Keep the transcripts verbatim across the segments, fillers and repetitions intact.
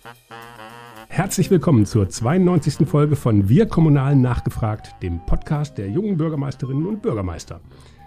Herzlich willkommen zur zweiundneunzigsten Folge von Wir Kommunalen nachgefragt, dem Podcast der jungen Bürgermeisterinnen und Bürgermeister.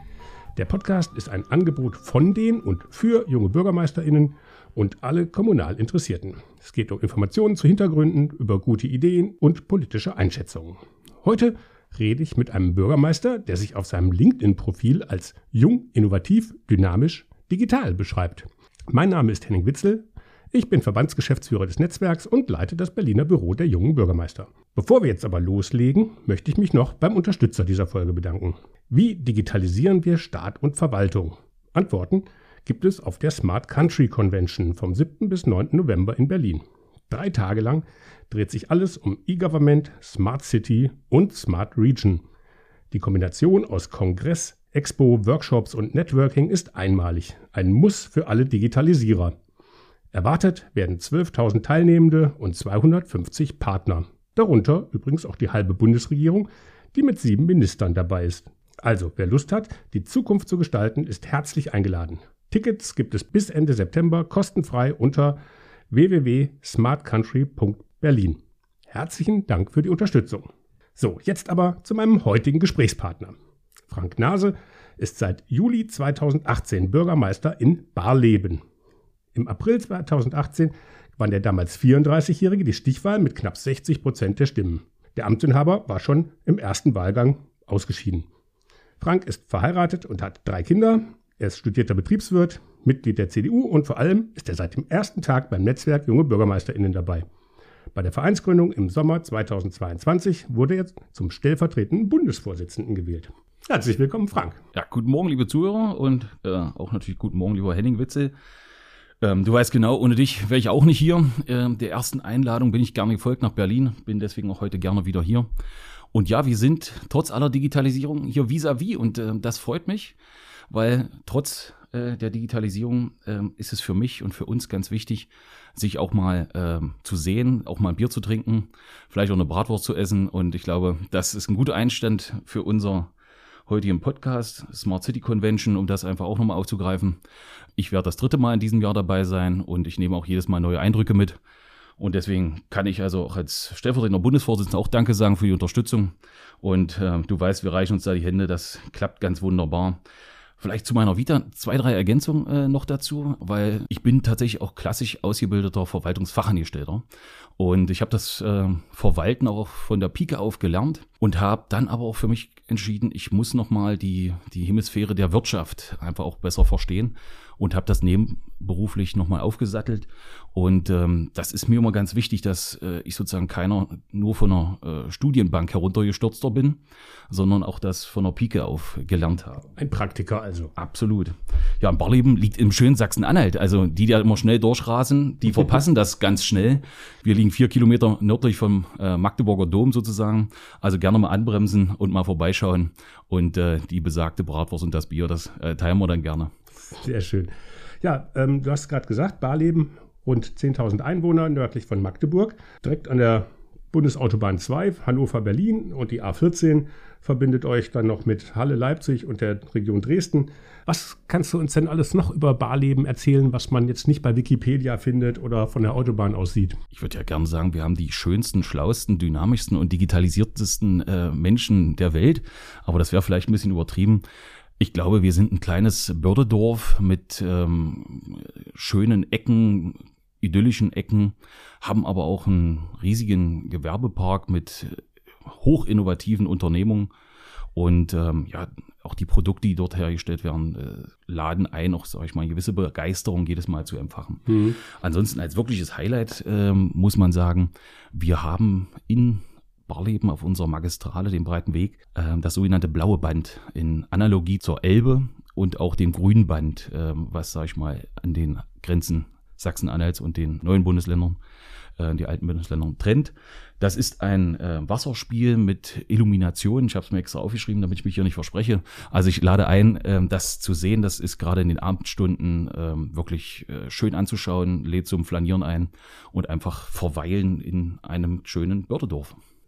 Der Podcast ist ein Angebot von den und für junge BürgermeisterInnen und alle kommunal Interessierten. Es geht um Informationen zu Hintergründen, über gute Ideen und politische Einschätzungen. Heute rede ich mit einem Bürgermeister, der sich auf seinem LinkedIn-Profil als jung, innovativ, dynamisch, digital beschreibt. Mein Name ist Henning Witzel. Ich bin Verbandsgeschäftsführer des Netzwerks und leite das Berliner Büro der jungen Bürgermeister. Bevor wir jetzt aber loslegen, möchte ich mich noch beim Unterstützer dieser Folge bedanken. Wie digitalisieren wir Staat und Verwaltung? Antworten gibt es auf der Smart Country Convention vom siebten bis neunten November in Berlin. Drei Tage lang dreht sich alles um E-Government, Smart City und Smart Region. Die Kombination aus Kongress, Expo, Workshops und Networking ist einmalig. Ein Muss für alle Digitalisierer. Erwartet werden zwölftausend Teilnehmende und zweihundertfünfzig Partner. Darunter übrigens auch die halbe Bundesregierung, die mit sieben Ministern dabei ist. Also, wer Lust hat, die Zukunft zu gestalten, ist herzlich eingeladen. Tickets gibt es bis Ende September kostenfrei unter w w w punkt smart country punkt berlin. Herzlichen Dank für die Unterstützung. So, jetzt aber zu meinem heutigen Gesprächspartner. Frank Nase ist seit Juli zweitausendachtzehn Bürgermeister in Barleben. Im April zweitausendachtzehn gewann der damals vierunddreißigjährige die Stichwahl mit knapp sechzig Prozent der Stimmen. Der Amtsinhaber war schon im ersten Wahlgang ausgeschieden. Frank ist verheiratet und hat drei Kinder. Er ist studierter Betriebswirt, Mitglied der C D U und vor allem ist er seit dem ersten Tag beim Netzwerk Junge BürgermeisterInnen dabei. Bei der Vereinsgründung im Sommer zweitausendzweiundzwanzig wurde er zum stellvertretenden Bundesvorsitzenden gewählt. Herzlich willkommen, Frank. Ja, guten Morgen, liebe Zuhörer und äh, auch natürlich guten Morgen, lieber Henning Witzel. Ähm, du weißt genau, ohne dich wäre ich auch nicht hier. Ähm, der ersten Einladung bin ich gerne gefolgt nach Berlin, bin deswegen auch heute gerne wieder hier. Und ja, wir sind trotz aller Digitalisierung hier vis-à-vis und äh, das freut mich, weil trotz äh, der Digitalisierung äh, ist es für mich und für uns ganz wichtig, sich auch mal äh, zu sehen, auch mal ein Bier zu trinken, vielleicht auch eine Bratwurst zu essen und ich glaube, das ist ein guter Einstand für unser heutigen Podcast, Smart City Convention, um das einfach auch nochmal aufzugreifen. Ich werde das dritte Mal in diesem Jahr dabei sein und ich nehme auch jedes Mal neue Eindrücke mit. Und deswegen kann ich also auch als stellvertretender Bundesvorsitzender auch Danke sagen für die Unterstützung. Und äh, du weißt, wir reichen uns da die Hände, das klappt ganz wunderbar. Vielleicht zu meiner Vita zwei, drei Ergänzungen äh, noch dazu, weil ich bin tatsächlich auch klassisch ausgebildeter Verwaltungsfachangestellter. Und ich habe das äh, Verwalten auch von der Pike auf gelernt und habe dann aber auch für mich entschieden, ich muss nochmal die, die Hemisphäre der Wirtschaft einfach auch besser verstehen und habe das nebenberuflich nochmal aufgesattelt. Und ähm, das ist mir immer ganz wichtig, dass äh, ich sozusagen keiner nur von einer äh, Studienbank heruntergestürzter bin, sondern auch das von der Pike auf gelernt habe. Ein Praktiker also. Absolut. Ja, Barleben liegt im schönen Sachsen-Anhalt. Also die, die da immer schnell durchrasen, die verpassen das ganz schnell. Wir liegen vier Kilometer nördlich vom äh, Magdeburger Dom sozusagen. Also gerne mal anbremsen und mal vorbeischauen. Und äh, die besagte Bratwurst und das Bier, das äh, teilen wir dann gerne. Sehr schön. Ja, ähm, du hast gerade gesagt, Barleben, rund zehntausend Einwohner nördlich von Magdeburg, direkt an der Bundesautobahn zwei, Hannover-Berlin und die A vierzehn verbindet euch dann noch mit Halle, Leipzig und der Region Dresden. Was kannst du uns denn alles noch über Barleben erzählen, was man jetzt nicht bei Wikipedia findet oder von der Autobahn aus sieht? Ich würde ja gerne sagen, wir haben die schönsten, schlauesten, dynamischsten und digitalisiertesten äh, Menschen der Welt, aber das wäre vielleicht ein bisschen übertrieben. Ich glaube, wir sind ein kleines Bördedorf mit ähm, schönen Ecken, idyllischen Ecken, haben aber auch einen riesigen Gewerbepark mit hochinnovativen Unternehmungen und ähm, ja, auch die Produkte, die dort hergestellt werden, äh, laden ein, auch, sage ich mal, eine gewisse Begeisterung jedes Mal zu empfachen. Mhm. Ansonsten als wirkliches Highlight ähm, muss man sagen, wir haben in Barleben auf unserer Magistrale, dem breiten Weg, äh, das sogenannte blaue Band in Analogie zur Elbe und auch dem grünen Band, äh, was, sag ich mal, an den Grenzen Sachsen-Anhalts und den neuen Bundesländern, äh, die alten Bundesländern trennt. Das ist ein äh, Wasserspiel mit Illumination. Ich habe es mir extra aufgeschrieben, damit ich mich hier nicht verspreche. Also ich lade ein, äh, das zu sehen. Das ist gerade in den Abendstunden äh, wirklich äh, schön anzuschauen, lädt zum Flanieren ein und einfach verweilen in einem schönen Bördedorf.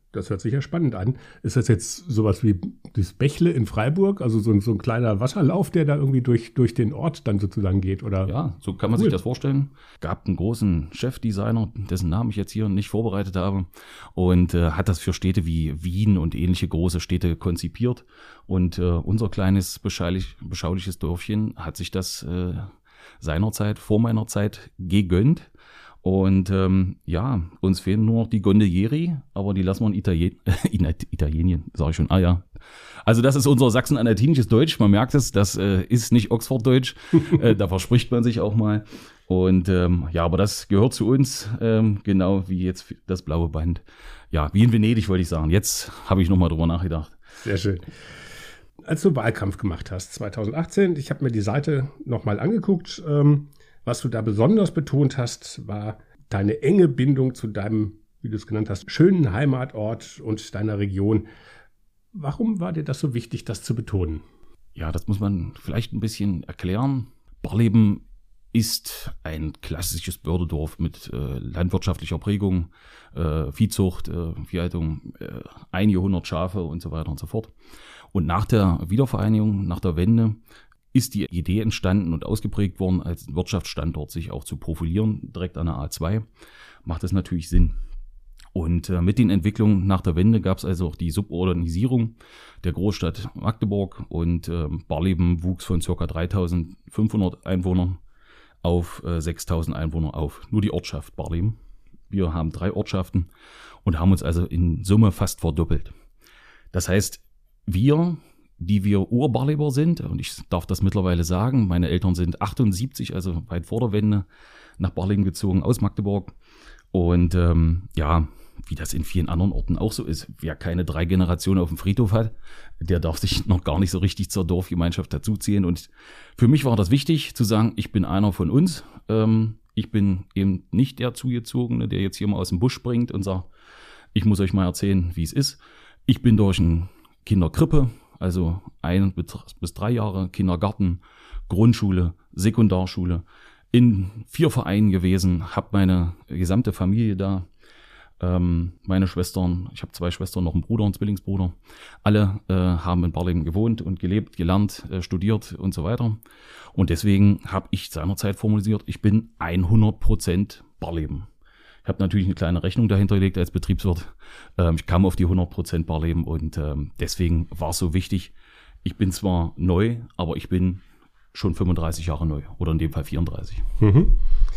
Das hört sich ja spannend an. Ist das jetzt sowas wie das Bächle in Freiburg, also so ein, so ein kleiner Wasserlauf, der da irgendwie durch, durch den Ort dann sozusagen geht? Oder? Ja, so kann man cool. sich das vorstellen. Gab einen großen Chefdesigner, dessen Namen ich jetzt hier nicht vorbereitet habe, und äh, hat das für Städte wie Wien und ähnliche große Städte konzipiert. Und äh, unser kleines, beschaulich, beschauliches Dörfchen hat sich das äh, seinerzeit, vor meiner Zeit, gegönnt. Und ähm, ja, uns fehlen nur noch die Gondolieri, aber die lassen wir in, Italien, in Italien, sage ich schon, ah ja. Also das ist unser sachsen-anhaltinisches Deutsch, man merkt es, das äh, ist nicht Oxford-Deutsch, äh, da verspricht man sich auch mal. Und ähm, ja, aber das gehört zu uns, ähm, genau wie jetzt das blaue Band. Ja, wie in Venedig, wollte ich sagen. Jetzt habe ich nochmal drüber nachgedacht. Sehr schön. Als du Wahlkampf gemacht hast, zwanzig achtzehn, ich habe mir die Seite nochmal angeguckt, ähm, was du da besonders betont hast, war deine enge Bindung zu deinem, wie du es genannt hast, schönen Heimatort und deiner Region. Warum war dir das so wichtig, das zu betonen? Ja, das muss man vielleicht ein bisschen erklären. Barleben ist ein klassisches Bördedorf mit äh, landwirtschaftlicher Prägung, äh, Viehzucht, äh, Viehhaltung, äh, ein Jahrhundert Schafe und so weiter und so fort. Und nach der Wiedervereinigung, nach der Wende, ist die Idee entstanden und ausgeprägt worden, als Wirtschaftsstandort sich auch zu profilieren, direkt an der A zwei, macht das natürlich Sinn. Und äh, mit den Entwicklungen nach der Wende gab es also auch die Suborganisierung der Großstadt Magdeburg, und äh, Barleben wuchs von ca. dreitausendfünfhundert Einwohnern auf äh, sechstausend Einwohner auf. Nur die Ortschaft Barleben. Wir haben drei Ortschaften und haben uns also in Summe fast verdoppelt. Das heißt, wir, die wir Urbarleber sind, und ich darf das mittlerweile sagen, meine Eltern sind achtundsiebzig, also weit vor der Wende, nach Barleben gezogen aus Magdeburg. Und ähm, ja, wie das in vielen anderen Orten auch so ist, wer keine drei Generationen auf dem Friedhof hat, der darf sich noch gar nicht so richtig zur Dorfgemeinschaft dazuzählen. Und für mich war das wichtig zu sagen, ich bin einer von uns. Ähm, ich bin eben nicht der Zugezogene, der jetzt hier mal aus dem Busch springt und sagt, ich muss euch mal erzählen, wie es ist. Ich bin durch eine Kinderkrippe, also ein bis drei Jahre, Kindergarten, Grundschule, Sekundarschule, in vier Vereinen gewesen, habe meine gesamte Familie da, ähm, meine Schwestern, ich habe zwei Schwestern, noch einen Bruder, einen Zwillingsbruder, alle äh, haben in Barleben gewohnt und gelebt, gelernt, äh, studiert und so weiter. Und deswegen habe ich seinerzeit formuliert, ich bin hundert Prozent Barleben. Ich habe natürlich eine kleine Rechnung dahinter gelegt als Betriebswirt. Ähm, ich kam auf die hundert Prozent Barleben, und ähm, deswegen war es so wichtig. Ich bin zwar neu, aber ich bin schon fünfunddreißig Jahre neu, oder in dem Fall vierunddreißig. Mhm.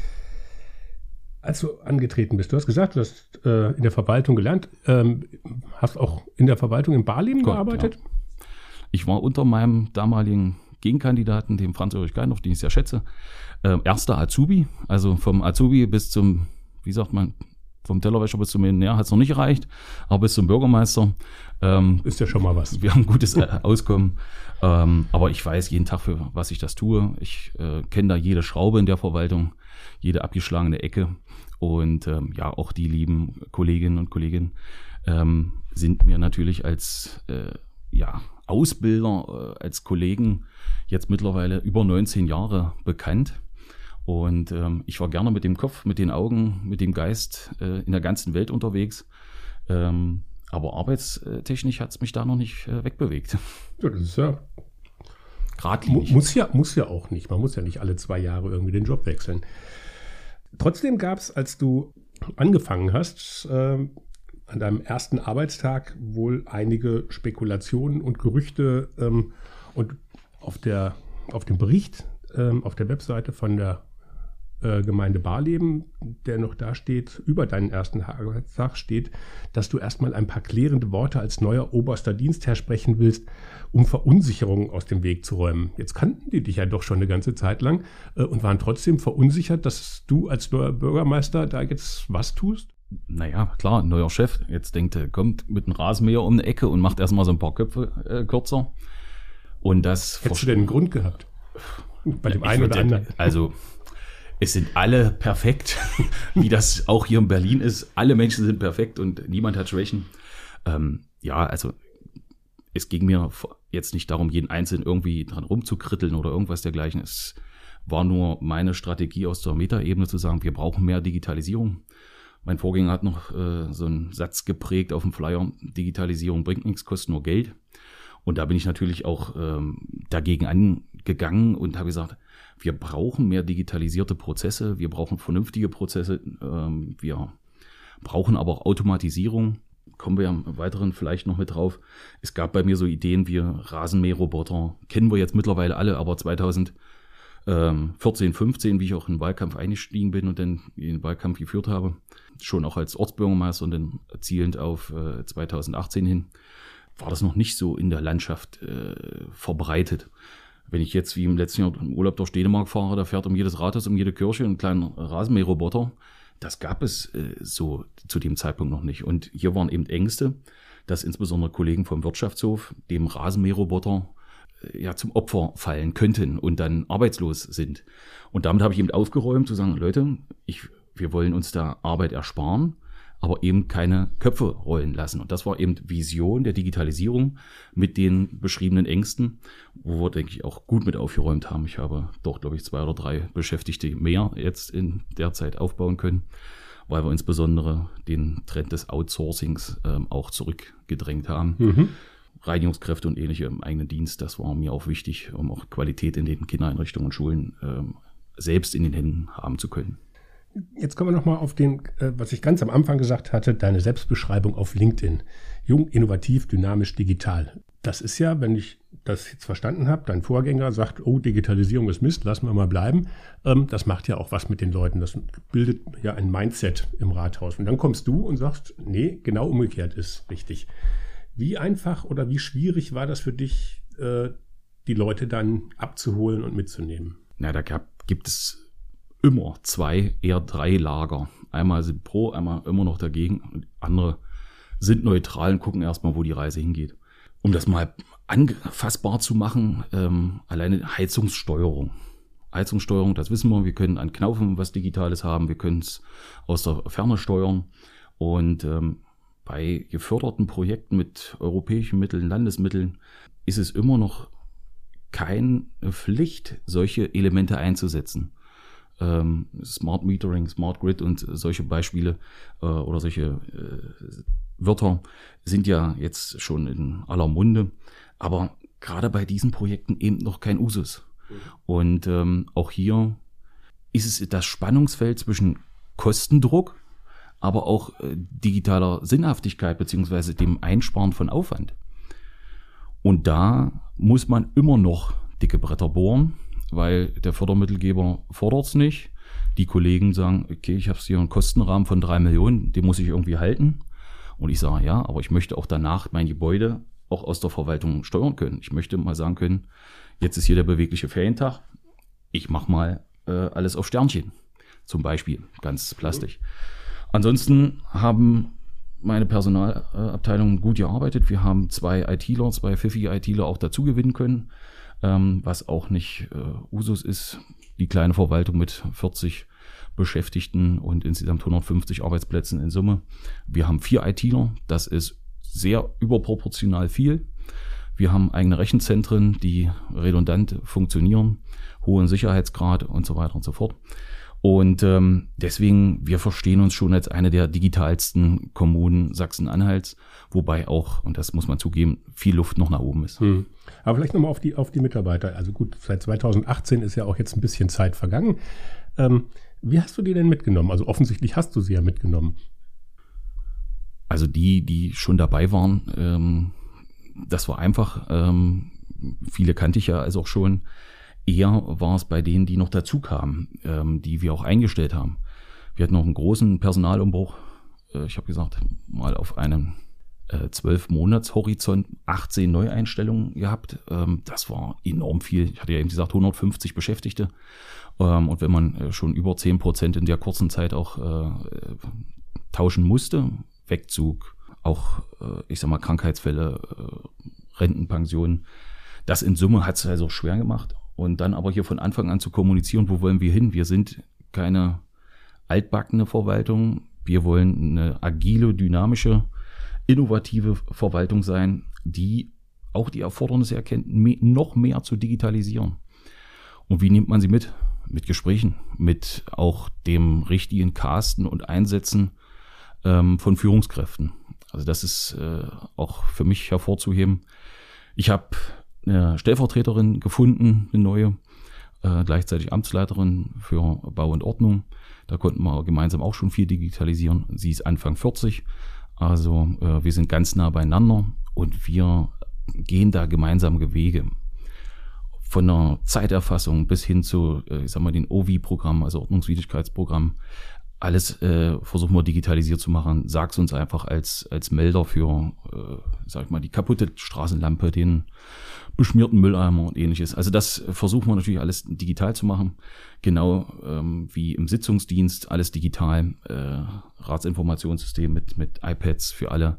Als du angetreten bist, du hast gesagt, du hast äh, in der Verwaltung gelernt, ähm, hast auch in der Verwaltung in Barleben Gott, gearbeitet? Ja. Ich war unter meinem damaligen Gegenkandidaten, dem Franz-Ulrich Geinhoff, den ich sehr schätze, äh, erster Azubi, also vom Azubi bis zum, wie sagt man, vom Tellerwäscher bis zum Millionär hat es noch nicht erreicht, aber bis zum Bürgermeister. Ähm, ist ja schon mal was. Wir haben ein gutes äh, Auskommen, ähm, aber ich weiß jeden Tag, für was ich das tue. Ich äh, kenne da jede Schraube in der Verwaltung, jede abgeschlagene Ecke, und ähm, ja, auch die lieben Kolleginnen und Kollegen ähm, sind mir natürlich als äh, ja, Ausbilder, äh, als Kollegen jetzt mittlerweile über neunzehn Jahre bekannt. Und ähm, ich war gerne mit dem Kopf, mit den Augen, mit dem Geist äh, in der ganzen Welt unterwegs. Ähm, aber arbeitstechnisch hat es mich da noch nicht äh, wegbewegt. Ja, das ist ja geradlinig. Muss ja, muss ja auch nicht. Man muss ja nicht alle zwei Jahre irgendwie den Job wechseln. Trotzdem gab es, als du angefangen hast, äh, an deinem ersten Arbeitstag wohl einige Spekulationen und Gerüchte. Ähm, und auf, der, auf dem Bericht, ähm, auf der Webseite von der Gemeinde Barleben, der noch da steht, über deinen ersten Arbeitstag steht, dass du erstmal ein paar klärende Worte als neuer oberster Dienstherr sprechen willst, um Verunsicherungen aus dem Weg zu räumen. Jetzt kannten die dich ja doch schon eine ganze Zeit lang äh, und waren trotzdem verunsichert, dass du als neuer Bürgermeister da jetzt was tust? Naja, klar, ein neuer Chef. Jetzt denkt er, kommt mit einem Rasenmäher um eine Ecke und macht erstmal so ein paar Köpfe äh, kürzer. Und das Hättest du denn einen Grund gehabt? Bei dem ja, einen oder anderen? Also es sind alle perfekt, wie das auch hier in Berlin ist. Alle Menschen sind perfekt und niemand hat Schwächen. Ähm, ja, also es ging mir jetzt nicht darum, jeden Einzelnen irgendwie dran rumzukritteln oder irgendwas dergleichen. Es war nur meine Strategie aus der Metaebene zu sagen, wir brauchen mehr Digitalisierung. Mein Vorgänger hat noch äh, so einen Satz geprägt auf dem Flyer: Digitalisierung bringt nichts, kostet nur Geld. Und da bin ich natürlich auch ähm, dagegen angegangen und habe gesagt, wir brauchen mehr digitalisierte Prozesse, wir brauchen vernünftige Prozesse, ähm, wir brauchen aber auch Automatisierung. Kommen wir im Weiteren vielleicht noch mit drauf. Es gab bei mir so Ideen wie Rasenmäherroboter, kennen wir jetzt mittlerweile alle, aber zweitausendvierzehn, fünfzehn, wie ich auch in den Wahlkampf eingestiegen bin und dann den Wahlkampf geführt habe, schon auch als Ortsbürgermeister und dann zielend auf äh, zweitausendachtzehn hin, war das noch nicht so in der Landschaft äh, verbreitet. Wenn ich jetzt wie im letzten Jahr im Urlaub durch Dänemark fahre, da fährt um jedes Rathaus, um jede Kirche ein kleiner Rasenmäherroboter. Das gab es äh, so zu dem Zeitpunkt noch nicht. Und hier waren eben Ängste, dass insbesondere Kollegen vom Wirtschaftshof dem Rasenmäherroboter äh, ja zum Opfer fallen könnten und dann arbeitslos sind. Und damit habe ich eben aufgeräumt, zu sagen, Leute, ich, wir wollen uns da Arbeit ersparen, aber eben keine Köpfe rollen lassen. Und das war eben Vision der Digitalisierung mit den beschriebenen Ängsten, wo wir, denke ich, auch gut mit aufgeräumt haben. Ich habe doch, glaube ich, zwei oder drei Beschäftigte mehr jetzt in der Zeit aufbauen können, weil wir insbesondere den Trend des Outsourcings ähm, auch zurückgedrängt haben. Mhm. Reinigungskräfte und ähnliche im eigenen Dienst, das war mir auch wichtig, um auch Qualität in den Kindereinrichtungen und Schulen ähm, selbst in den Händen haben zu können. Jetzt kommen wir nochmal auf den, äh, was ich ganz am Anfang gesagt hatte, deine Selbstbeschreibung auf LinkedIn. Jung, innovativ, dynamisch, digital. Das ist ja, wenn ich das jetzt verstanden habe, dein Vorgänger sagt, oh, Digitalisierung ist Mist, lassen wir mal bleiben. Ähm, das macht ja auch was mit den Leuten. Das bildet ja ein Mindset im Rathaus. Und dann kommst du und sagst, nee, genau umgekehrt ist richtig. Wie einfach oder wie schwierig war das für dich, äh, die Leute dann abzuholen und mitzunehmen? Na, da gab, gibt es immer zwei, eher drei Lager. Einmal sind pro, einmal immer noch dagegen und andere sind neutral und gucken erstmal, wo die Reise hingeht. Um das mal anfassbar zu machen, ähm, alleine Heizungssteuerung. Heizungssteuerung, das wissen wir, wir können an Knaufen was Digitales haben, wir können es aus der Ferne steuern und ähm, bei geförderten Projekten mit europäischen Mitteln, Landesmitteln ist es immer noch keine Pflicht, solche Elemente einzusetzen. Smart Metering, Smart Grid und solche Beispiele äh, oder solche äh, Wörter sind ja jetzt schon in aller Munde, aber gerade bei diesen Projekten eben noch kein Usus. Mhm. Und ähm, auch hier ist es das Spannungsfeld zwischen Kostendruck, aber auch äh, digitaler Sinnhaftigkeit beziehungsweise dem Einsparen von Aufwand. Und da muss man immer noch dicke Bretter bohren, weil der Fördermittelgeber fordert es nicht. Die Kollegen sagen, okay, ich habe hier einen Kostenrahmen von drei Millionen, den muss ich irgendwie halten. Und ich sage, ja, aber ich möchte auch danach mein Gebäude auch aus der Verwaltung steuern können. Ich möchte mal sagen können, jetzt ist hier der bewegliche Ferientag, ich mache mal äh, alles auf Sternchen, zum Beispiel, ganz plastisch. Ansonsten haben meine Personalabteilung gut gearbeitet. Wir haben zwei ITler, zwei pfiffige ITler auch dazu gewinnen können. Ähm, was auch nicht äh, Usus ist, die kleine Verwaltung mit vierzig Beschäftigten und insgesamt hundertfünfzig Arbeitsplätzen in Summe. Wir haben vier ITler, das ist sehr überproportional viel. Wir haben eigene Rechenzentren, die redundant funktionieren, hohen Sicherheitsgrad und so weiter und so fort. Und ähm, deswegen, wir verstehen uns schon als eine der digitalsten Kommunen Sachsen-Anhalts, wobei auch, und das muss man zugeben, viel Luft noch nach oben ist. Hm. Aber vielleicht nochmal auf die, auf die Mitarbeiter. Also gut, seit zweitausendachtzehn ist ja auch jetzt ein bisschen Zeit vergangen. Ähm, wie hast du die denn mitgenommen? Also offensichtlich hast du sie ja mitgenommen. Also die, die schon dabei waren, ähm, das war einfach, ähm, viele kannte ich ja also auch schon. Eher war es bei denen, die noch dazu kamen, ähm, die wir auch eingestellt haben. Wir hatten noch einen großen Personalumbruch. Äh, ich habe gesagt, mal auf einem äh, zwölf-Monats-Horizont achtzehn Neueinstellungen gehabt. Ähm, das war enorm viel. Ich hatte ja eben gesagt, hundertfünfzig Beschäftigte. Ähm, und wenn man äh, schon über zehn Prozent in der kurzen Zeit auch äh, tauschen musste, Wegzug, auch, äh, ich sag mal, Krankheitsfälle, äh, Rentenpensionen, das in Summe hat es also schwer gemacht. Und dann aber hier von Anfang an zu kommunizieren, wo wollen wir hin? Wir sind keine altbackene Verwaltung. Wir wollen eine agile, dynamische, innovative Verwaltung sein, die auch die Erfordernisse erkennt, noch mehr zu digitalisieren. Und wie nimmt man sie mit? Mit Gesprächen, mit auch dem richtigen Casten und Einsetzen ähm, von Führungskräften. Also das ist äh, auch für mich hervorzuheben. Ich habe eine Stellvertreterin gefunden, eine neue, äh, gleichzeitig Amtsleiterin für Bau und Ordnung. Da konnten wir gemeinsam auch schon viel digitalisieren. Sie ist Anfang vierzig, also äh, wir sind ganz nah beieinander und wir gehen da gemeinsame Wege. Von der Zeiterfassung bis hin zu, äh, ich sag mal, den O V I-Programm, also Ordnungswidrigkeitsprogramm. Alles äh, versuchen wir digitalisiert zu machen. Sag's uns einfach als als Melder für, äh, sag ich mal, die kaputte Straßenlampe, den beschmierten Mülleimer und ähnliches. Also das versuchen wir natürlich alles digital zu machen. Genau ähm, wie im Sitzungsdienst, alles digital. Äh, Ratsinformationssystem mit mit iPads für alle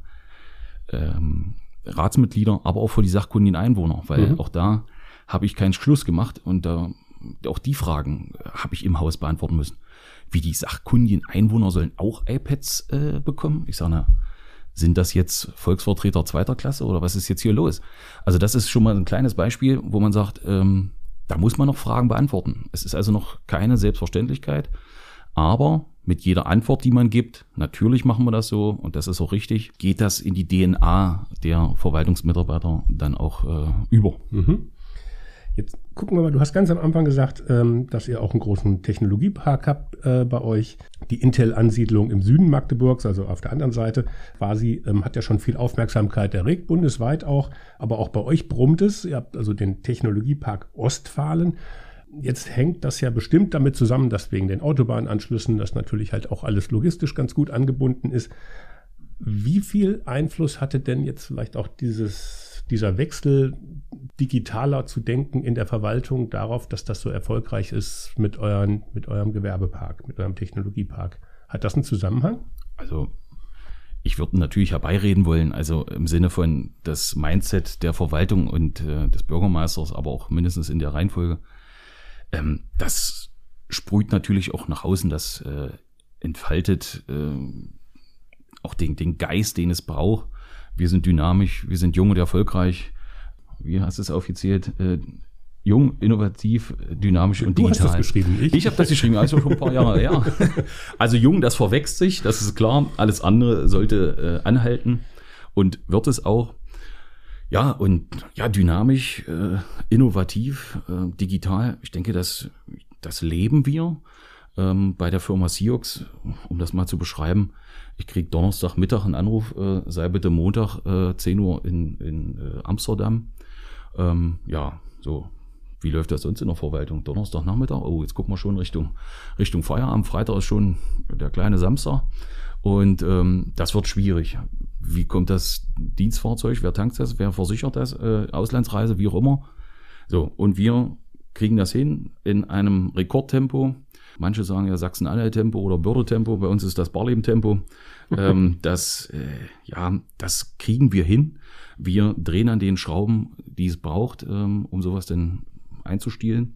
ähm, Ratsmitglieder, aber auch für die sachkundigen Einwohner, weil mhm. auch da habe ich keinen Schluss gemacht und äh, auch die Fragen habe ich im Haus beantworten müssen. Wie die sachkundigen Einwohner sollen auch iPads äh, bekommen? Ich sage, na, sind das jetzt Volksvertreter zweiter Klasse oder was ist jetzt hier los? Also das ist schon mal ein kleines Beispiel, wo man sagt, ähm, da muss man noch Fragen beantworten. Es ist also noch keine Selbstverständlichkeit, aber mit jeder Antwort, die man gibt, natürlich machen wir das so und das ist auch richtig, geht das in die D N A der Verwaltungsmitarbeiter dann auch äh, über. Mhm. Jetzt gucken wir mal, du hast ganz am Anfang gesagt, ähm, dass ihr auch einen großen Technologiepark habt äh, bei euch. Die Intel-Ansiedlung im Süden Magdeburgs, also auf der anderen Seite, quasi ähm, hat ja schon viel Aufmerksamkeit erregt, bundesweit auch. Aber auch bei euch brummt es. Ihr habt also den Technologiepark Ostfalen. Jetzt hängt das ja bestimmt damit zusammen, dass wegen den Autobahnanschlüssen das natürlich halt auch alles logistisch ganz gut angebunden ist. Wie viel Einfluss hatte denn jetzt vielleicht auch dieses, dieser Wechsel, digitaler zu denken in der Verwaltung darauf, dass das so erfolgreich ist mit, euren, mit eurem Gewerbepark, mit eurem Technologiepark? Hat das einen Zusammenhang? Also ich würde natürlich herbeireden wollen, also im Sinne von das Mindset der Verwaltung und äh, des Bürgermeisters, aber auch mindestens in der Reihenfolge. Ähm, das sprüht natürlich auch nach außen, das äh, entfaltet äh, auch den, den Geist, den es braucht. Wir sind dynamisch, wir sind jung und erfolgreich. Wie hast du es aufgezählt? Äh, jung, innovativ, dynamisch und du digital. Du hast das geschrieben, ich? Ich habe das geschrieben, also schon ein paar Jahre her. Also jung, das verwächst sich, das ist klar. Alles andere sollte äh, anhalten und wird es auch. Ja, und ja, dynamisch, äh, innovativ, äh, digital. Ich denke, das, das leben wir ähm, bei der Firma Siox, um das mal zu beschreiben. Ich kriege Donnerstagmittag einen Anruf, äh, sei bitte Montag äh, zehn Uhr in, in äh, Amsterdam. Ähm, ja, so, wie läuft das sonst in der Verwaltung? Donnerstagnachmittag, oh, jetzt gucken wir schon Richtung, Richtung Feierabend. Freitag ist schon der kleine Samstag und ähm, das wird schwierig. Wie kommt das Dienstfahrzeug? Wer tankt das? Wer versichert das? Äh, Auslandsreise, wie auch immer. So, und wir kriegen das hin in einem Rekordtempo. Manche sagen ja Sachsen-Anhalt-Tempo oder Börde-Tempo. Bei uns ist das Barleben-Tempo. ähm, das, äh, ja, das kriegen wir hin. Wir drehen an den Schrauben, die es braucht, ähm, um sowas denn einzustielen.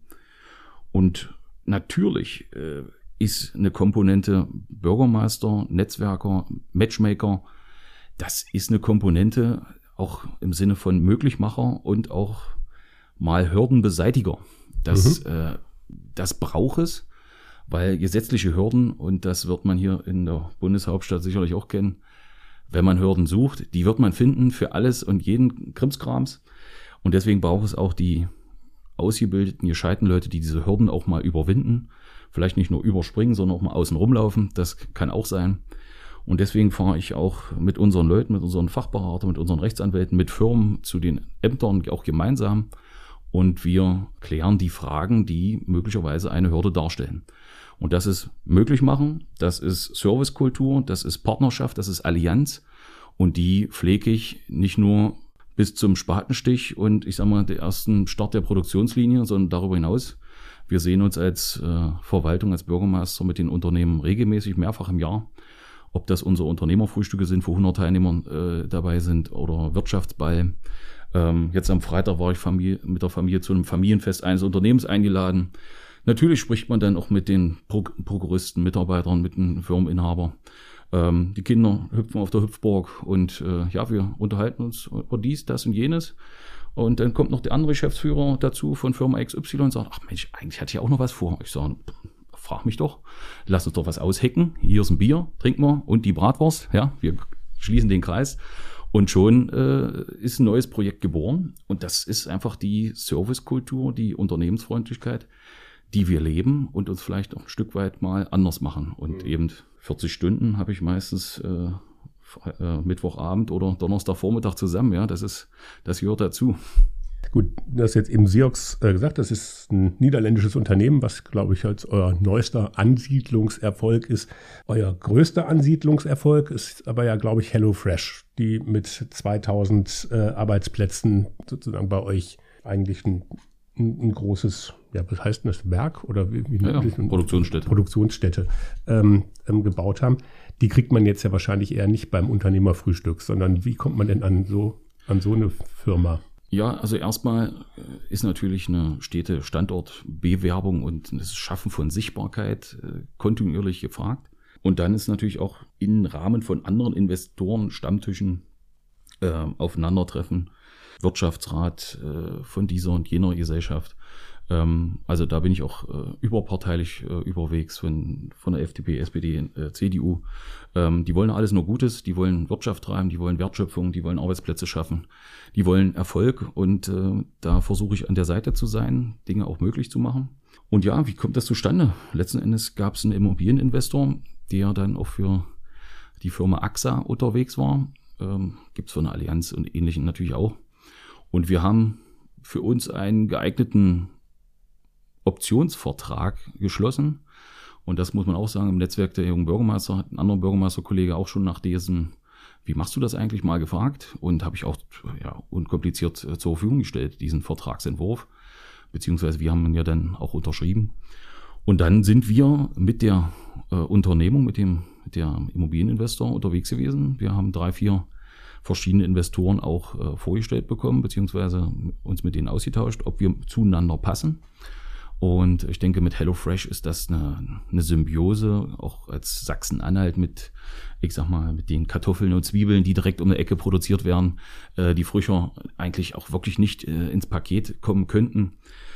Und natürlich äh, ist eine Komponente Bürgermeister, Netzwerker, Matchmaker. Das ist eine Komponente auch im Sinne von Möglichmacher und auch mal Hürdenbeseitiger. Das, mhm. äh, das braucht es. Weil gesetzliche Hürden, und das wird man hier in der Bundeshauptstadt sicherlich auch kennen, wenn man Hürden sucht, die wird man finden für alles und jeden Krimskrams. Und deswegen braucht es auch die ausgebildeten, gescheiten Leute, die diese Hürden auch mal überwinden. Vielleicht nicht nur überspringen, sondern auch mal außen rumlaufen. Das kann auch sein. Und deswegen fahre ich auch mit unseren Leuten, mit unseren Fachberatern, mit unseren Rechtsanwälten, mit Firmen zu den Ämtern auch gemeinsam. Und wir klären die Fragen, die möglicherweise eine Hürde darstellen. Und das ist möglich machen, das ist Servicekultur, das ist Partnerschaft, das ist Allianz. Und die pflege ich nicht nur bis zum Spatenstich und ich sag mal, den ersten Start der Produktionslinie, sondern darüber hinaus. Wir sehen uns als äh, Verwaltung, als Bürgermeister mit den Unternehmen regelmäßig, mehrfach im Jahr. Ob das unsere Unternehmerfrühstücke sind, wo hundert Teilnehmer äh, dabei sind oder Wirtschaftsball. Ähm, jetzt am Freitag war ich Familie, mit der Familie zu einem Familienfest eines Unternehmens eingeladen. Natürlich spricht man dann auch mit den Pro- Prokuristen, Mitarbeitern, mit den Firmeninhabern. Ähm, die Kinder hüpfen auf der Hüpfburg und äh, ja, wir unterhalten uns über dies, das und jenes. Und dann kommt noch der andere Geschäftsführer dazu von Firma X Y und sagt, ach Mensch, eigentlich hatte ich auch noch was vor. Ich sage, frag mich doch, lass uns doch was aushecken. Hier ist ein Bier, trinken wir und die Bratwurst. Ja, wir schließen den Kreis. Und schon äh, ist ein neues Projekt geboren. Und das ist einfach die Servicekultur, die Unternehmensfreundlichkeit, die wir leben und uns vielleicht auch ein Stück weit mal anders machen. Und mhm. eben vierzig Stunden habe ich meistens äh, äh, Mittwochabend oder Donnerstagvormittag zusammen. Ja, das ist, das gehört dazu. Gut, du hast jetzt eben Siox äh, gesagt, das ist ein niederländisches Unternehmen, was, glaube ich, als euer neuester Ansiedlungserfolg ist. Euer größter Ansiedlungserfolg ist aber ja, glaube ich, HelloFresh, die mit zweitausend äh, Arbeitsplätzen sozusagen bei euch eigentlich ein, ein, ein großes, ja, was heißt denn das, Werk oder wie, wie ja, ja, Produktionsstätte, Produktionsstätte ähm, ähm, gebaut haben. Die kriegt man jetzt ja wahrscheinlich eher nicht beim Unternehmerfrühstück, sondern wie kommt man denn an so, an so eine Firma? Ja, also erstmal ist natürlich eine stete Standortbewerbung und das Schaffen von Sichtbarkeit äh, kontinuierlich gefragt. Und dann ist natürlich auch im Rahmen von anderen Investoren, Stammtischen, äh, Aufeinandertreffen, Wirtschaftsrat äh, von dieser und jener Gesellschaft. Ähm, also da bin ich auch äh, überparteilich äh, überwegs von, von der F D P, S P D, äh, C D U. Ähm, die wollen alles nur Gutes, die wollen Wirtschaft treiben, die wollen Wertschöpfung, die wollen Arbeitsplätze schaffen, die wollen Erfolg und äh, da versuche ich an der Seite zu sein, Dinge auch möglich zu machen. Und ja, wie kommt das zustande? Letzten Endes gab es einen Immobilieninvestor, der dann auch für die Firma A X A unterwegs war. Ähm, gibt es für eine Allianz und Ähnlichen natürlich auch. Und wir haben für uns einen geeigneten Optionsvertrag geschlossen. Und das muss man auch sagen, im Netzwerk der jungen Bürgermeister hat ein anderer Bürgermeisterkollege auch schon nach diesem, wie machst du das eigentlich, mal gefragt. Und habe ich auch ja, unkompliziert zur Verfügung gestellt, diesen Vertragsentwurf. Beziehungsweise wir haben ihn ja dann auch unterschrieben. Und dann sind wir mit der äh, Unternehmung, mit dem mit der Immobilieninvestor unterwegs gewesen. Wir haben drei, vier verschiedene Investoren auch äh, vorgestellt bekommen, beziehungsweise uns mit denen ausgetauscht, ob wir zueinander passen. Und ich denke, mit HelloFresh ist das eine, eine Symbiose, auch als Sachsen-Anhalt mit, ich sag mal, mit den Kartoffeln und Zwiebeln, die direkt um die Ecke produziert werden, äh, die früher eigentlich auch wirklich nicht äh, ins Paket kommen könnten.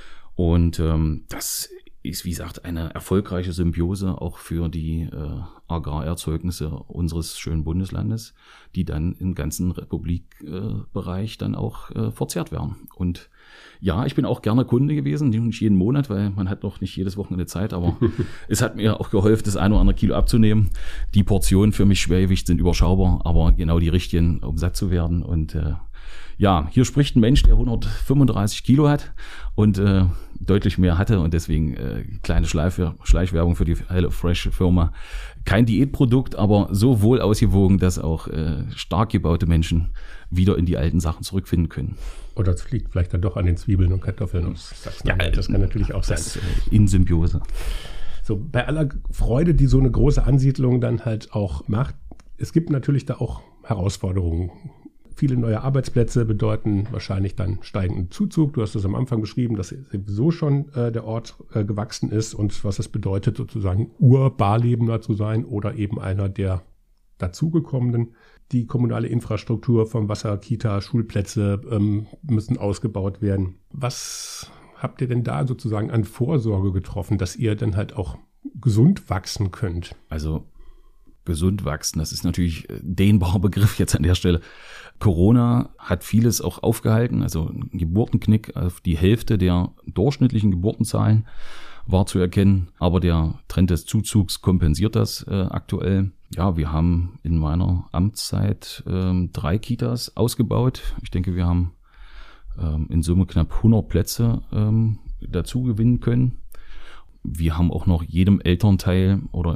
Und ähm, das ist, wie gesagt, eine erfolgreiche Symbiose auch für die äh, Agrarerzeugnisse unseres schönen Bundeslandes, die dann im ganzen Republikbereich äh, dann auch äh, verzehrt werden. Und ja, ich bin auch gerne Kunde gewesen, nicht jeden Monat, weil man hat noch nicht jedes Wochenende Zeit, aber es hat mir auch geholfen, das ein oder andere Kilo abzunehmen. Die Portionen für mich Schwergewicht sind überschaubar, aber genau die richtigen, um satt zu werden. Und äh, ja, hier spricht ein Mensch, der hundertfünfunddreißig Kilo hat und äh, deutlich mehr hatte und deswegen äh, kleine Schleife, Schleichwerbung für die HelloFresh-Firma. Kein Diätprodukt, aber so wohl ausgewogen, dass auch äh, stark gebaute Menschen wieder in die alten Sachen zurückfinden können. Oder es liegt vielleicht dann doch an den Zwiebeln und Kartoffeln aus Sachsen-Anhalt. Ja, das kann natürlich auch sein. Das, in Symbiose. So, bei aller Freude, die so eine große Ansiedlung dann halt auch macht, es gibt natürlich da auch Herausforderungen. Viele neue Arbeitsplätze bedeuten wahrscheinlich dann steigenden Zuzug. Du hast es am Anfang beschrieben, dass sowieso schon äh, der Ort äh, gewachsen ist und was es bedeutet, sozusagen Urbarlebender zu sein oder eben einer der dazugekommenen. Die kommunale Infrastruktur vom Wasser, Kita, Schulplätze ähm, müssen ausgebaut werden. Was habt ihr denn da sozusagen an Vorsorge getroffen, dass ihr dann halt auch gesund wachsen könnt? Also gesund wachsen, das ist natürlich ein dehnbarer Begriff jetzt an der Stelle. Corona hat vieles auch aufgehalten, also ein Geburtenknick auf die Hälfte der durchschnittlichen Geburtenzahlen war zu erkennen, aber der Trend des Zuzugs kompensiert das äh, aktuell. Ja, wir haben in meiner Amtszeit ähm, drei Kitas ausgebaut. Ich denke, wir haben ähm, in Summe knapp hundert Plätze ähm, dazu gewinnen können. Wir haben auch noch jedem Elternteil oder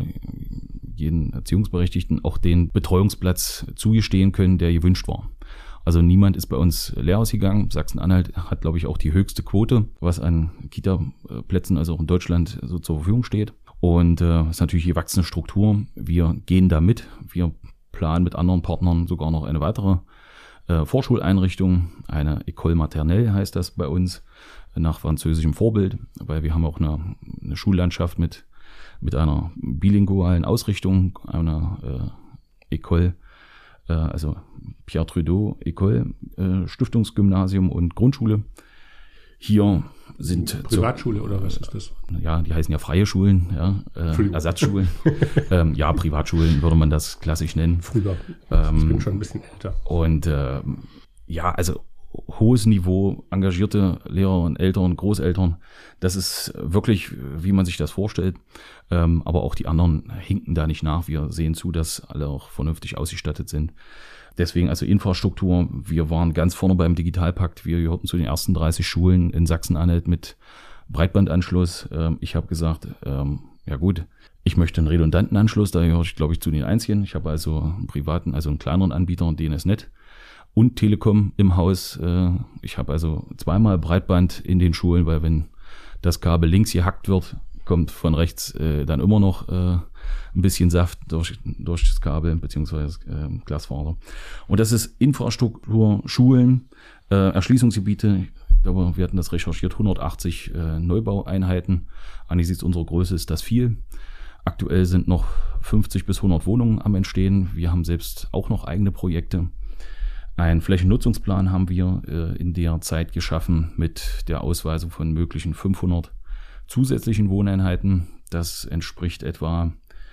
jeden Erziehungsberechtigten auch den Betreuungsplatz zugestehen können, der gewünscht war. Also niemand ist bei uns leer ausgegangen. Sachsen-Anhalt hat, glaube ich, auch die höchste Quote, was an Kita-Plätzen, also auch in Deutschland, so zur Verfügung steht. Und äh, das ist natürlich die gewachsene Struktur. Wir gehen da mit. Wir planen mit anderen Partnern sogar noch eine weitere äh, Vorschuleinrichtung. Eine École Maternelle heißt das bei uns, nach französischem Vorbild, weil wir haben auch eine, eine Schullandschaft mit, mit einer bilingualen Ausrichtung, einer äh, École, äh, also Pierre Trudeau École, äh, Stiftungsgymnasium und Grundschule. hier sind... Privatschule oder was ist das? Ja, die heißen ja freie Schulen, ja, äh, Ersatzschulen. ähm, ja, Privatschulen würde man das klassisch nennen. Früher, ähm, ich bin schon ein bisschen älter. Und äh, ja, also hohes Niveau, engagierte Lehrer und Eltern, Großeltern, das ist wirklich, wie man sich das vorstellt. Ähm, aber auch die anderen hinken da nicht nach. Wir sehen zu, dass alle auch vernünftig ausgestattet sind. Deswegen also Infrastruktur, wir waren ganz vorne beim Digitalpakt, wir gehörten zu den ersten dreißig Schulen in Sachsen-Anhalt mit Breitbandanschluss. Ich habe gesagt, ja gut, ich möchte einen redundanten Anschluss, da gehöre ich glaube ich zu den einzigen. Ich habe also einen privaten, also einen kleineren Anbieter, D N S Net und Telekom im Haus. Ich habe also zweimal Breitband in den Schulen, weil wenn das Kabel links gehackt wird, kommt von rechts äh, dann immer noch äh, ein bisschen Saft durch, durch das Kabel beziehungsweise äh, Glasfaser. Und das ist Infrastruktur, Schulen, äh, Erschließungsgebiete. Ich glaube, wir hatten das recherchiert, hundertachtzig äh, Neubaueinheiten. Angesichts unserer Größe ist das viel. Aktuell sind noch fünfzig bis hundert Wohnungen am Entstehen. Wir haben selbst auch noch eigene Projekte. Einen Flächennutzungsplan haben wir äh, in der Zeit geschaffen mit der Ausweisung von möglichen fünfhundert zusätzlichen Wohneinheiten. Das entspricht etwa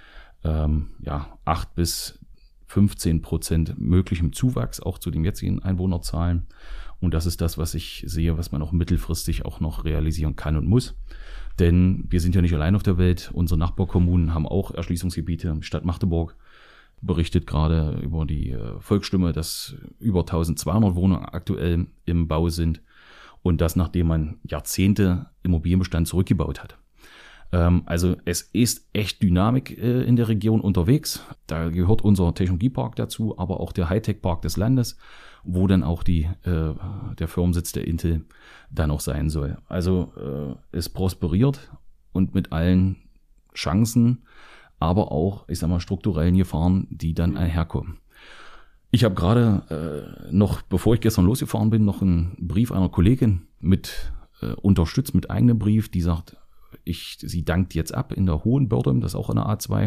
ähm, ja, acht bis fünfzehn Prozent möglichem Zuwachs, auch zu den jetzigen Einwohnerzahlen. Und das ist das, was ich sehe, was man auch mittelfristig auch noch realisieren kann und muss. Denn wir sind ja nicht allein auf der Welt. Unsere Nachbarkommunen haben auch Erschließungsgebiete. Die Stadt Magdeburg berichtet gerade über die Volksstimme, dass über eintausendzweihundert Wohnungen aktuell im Bau sind. Und das, nachdem man Jahrzehnte Immobilienbestand zurückgebaut hat. Ähm, also es ist echt Dynamik äh, in der Region unterwegs. Da gehört unser Technologiepark dazu, aber auch der Hightech-Park des Landes, wo dann auch die, äh, der Firmensitz der Intel dann auch sein soll. Also äh, es prosperiert und mit allen Chancen, aber auch, ich sag mal, strukturellen Gefahren, die dann einherkommen. Ich habe gerade äh, noch, bevor ich gestern losgefahren bin, noch einen Brief einer Kollegin mit äh, unterstützt, mit eigenem Brief, die sagt, ich, sie dankt jetzt ab in der Hohenbörde, das ist auch in der A zwei.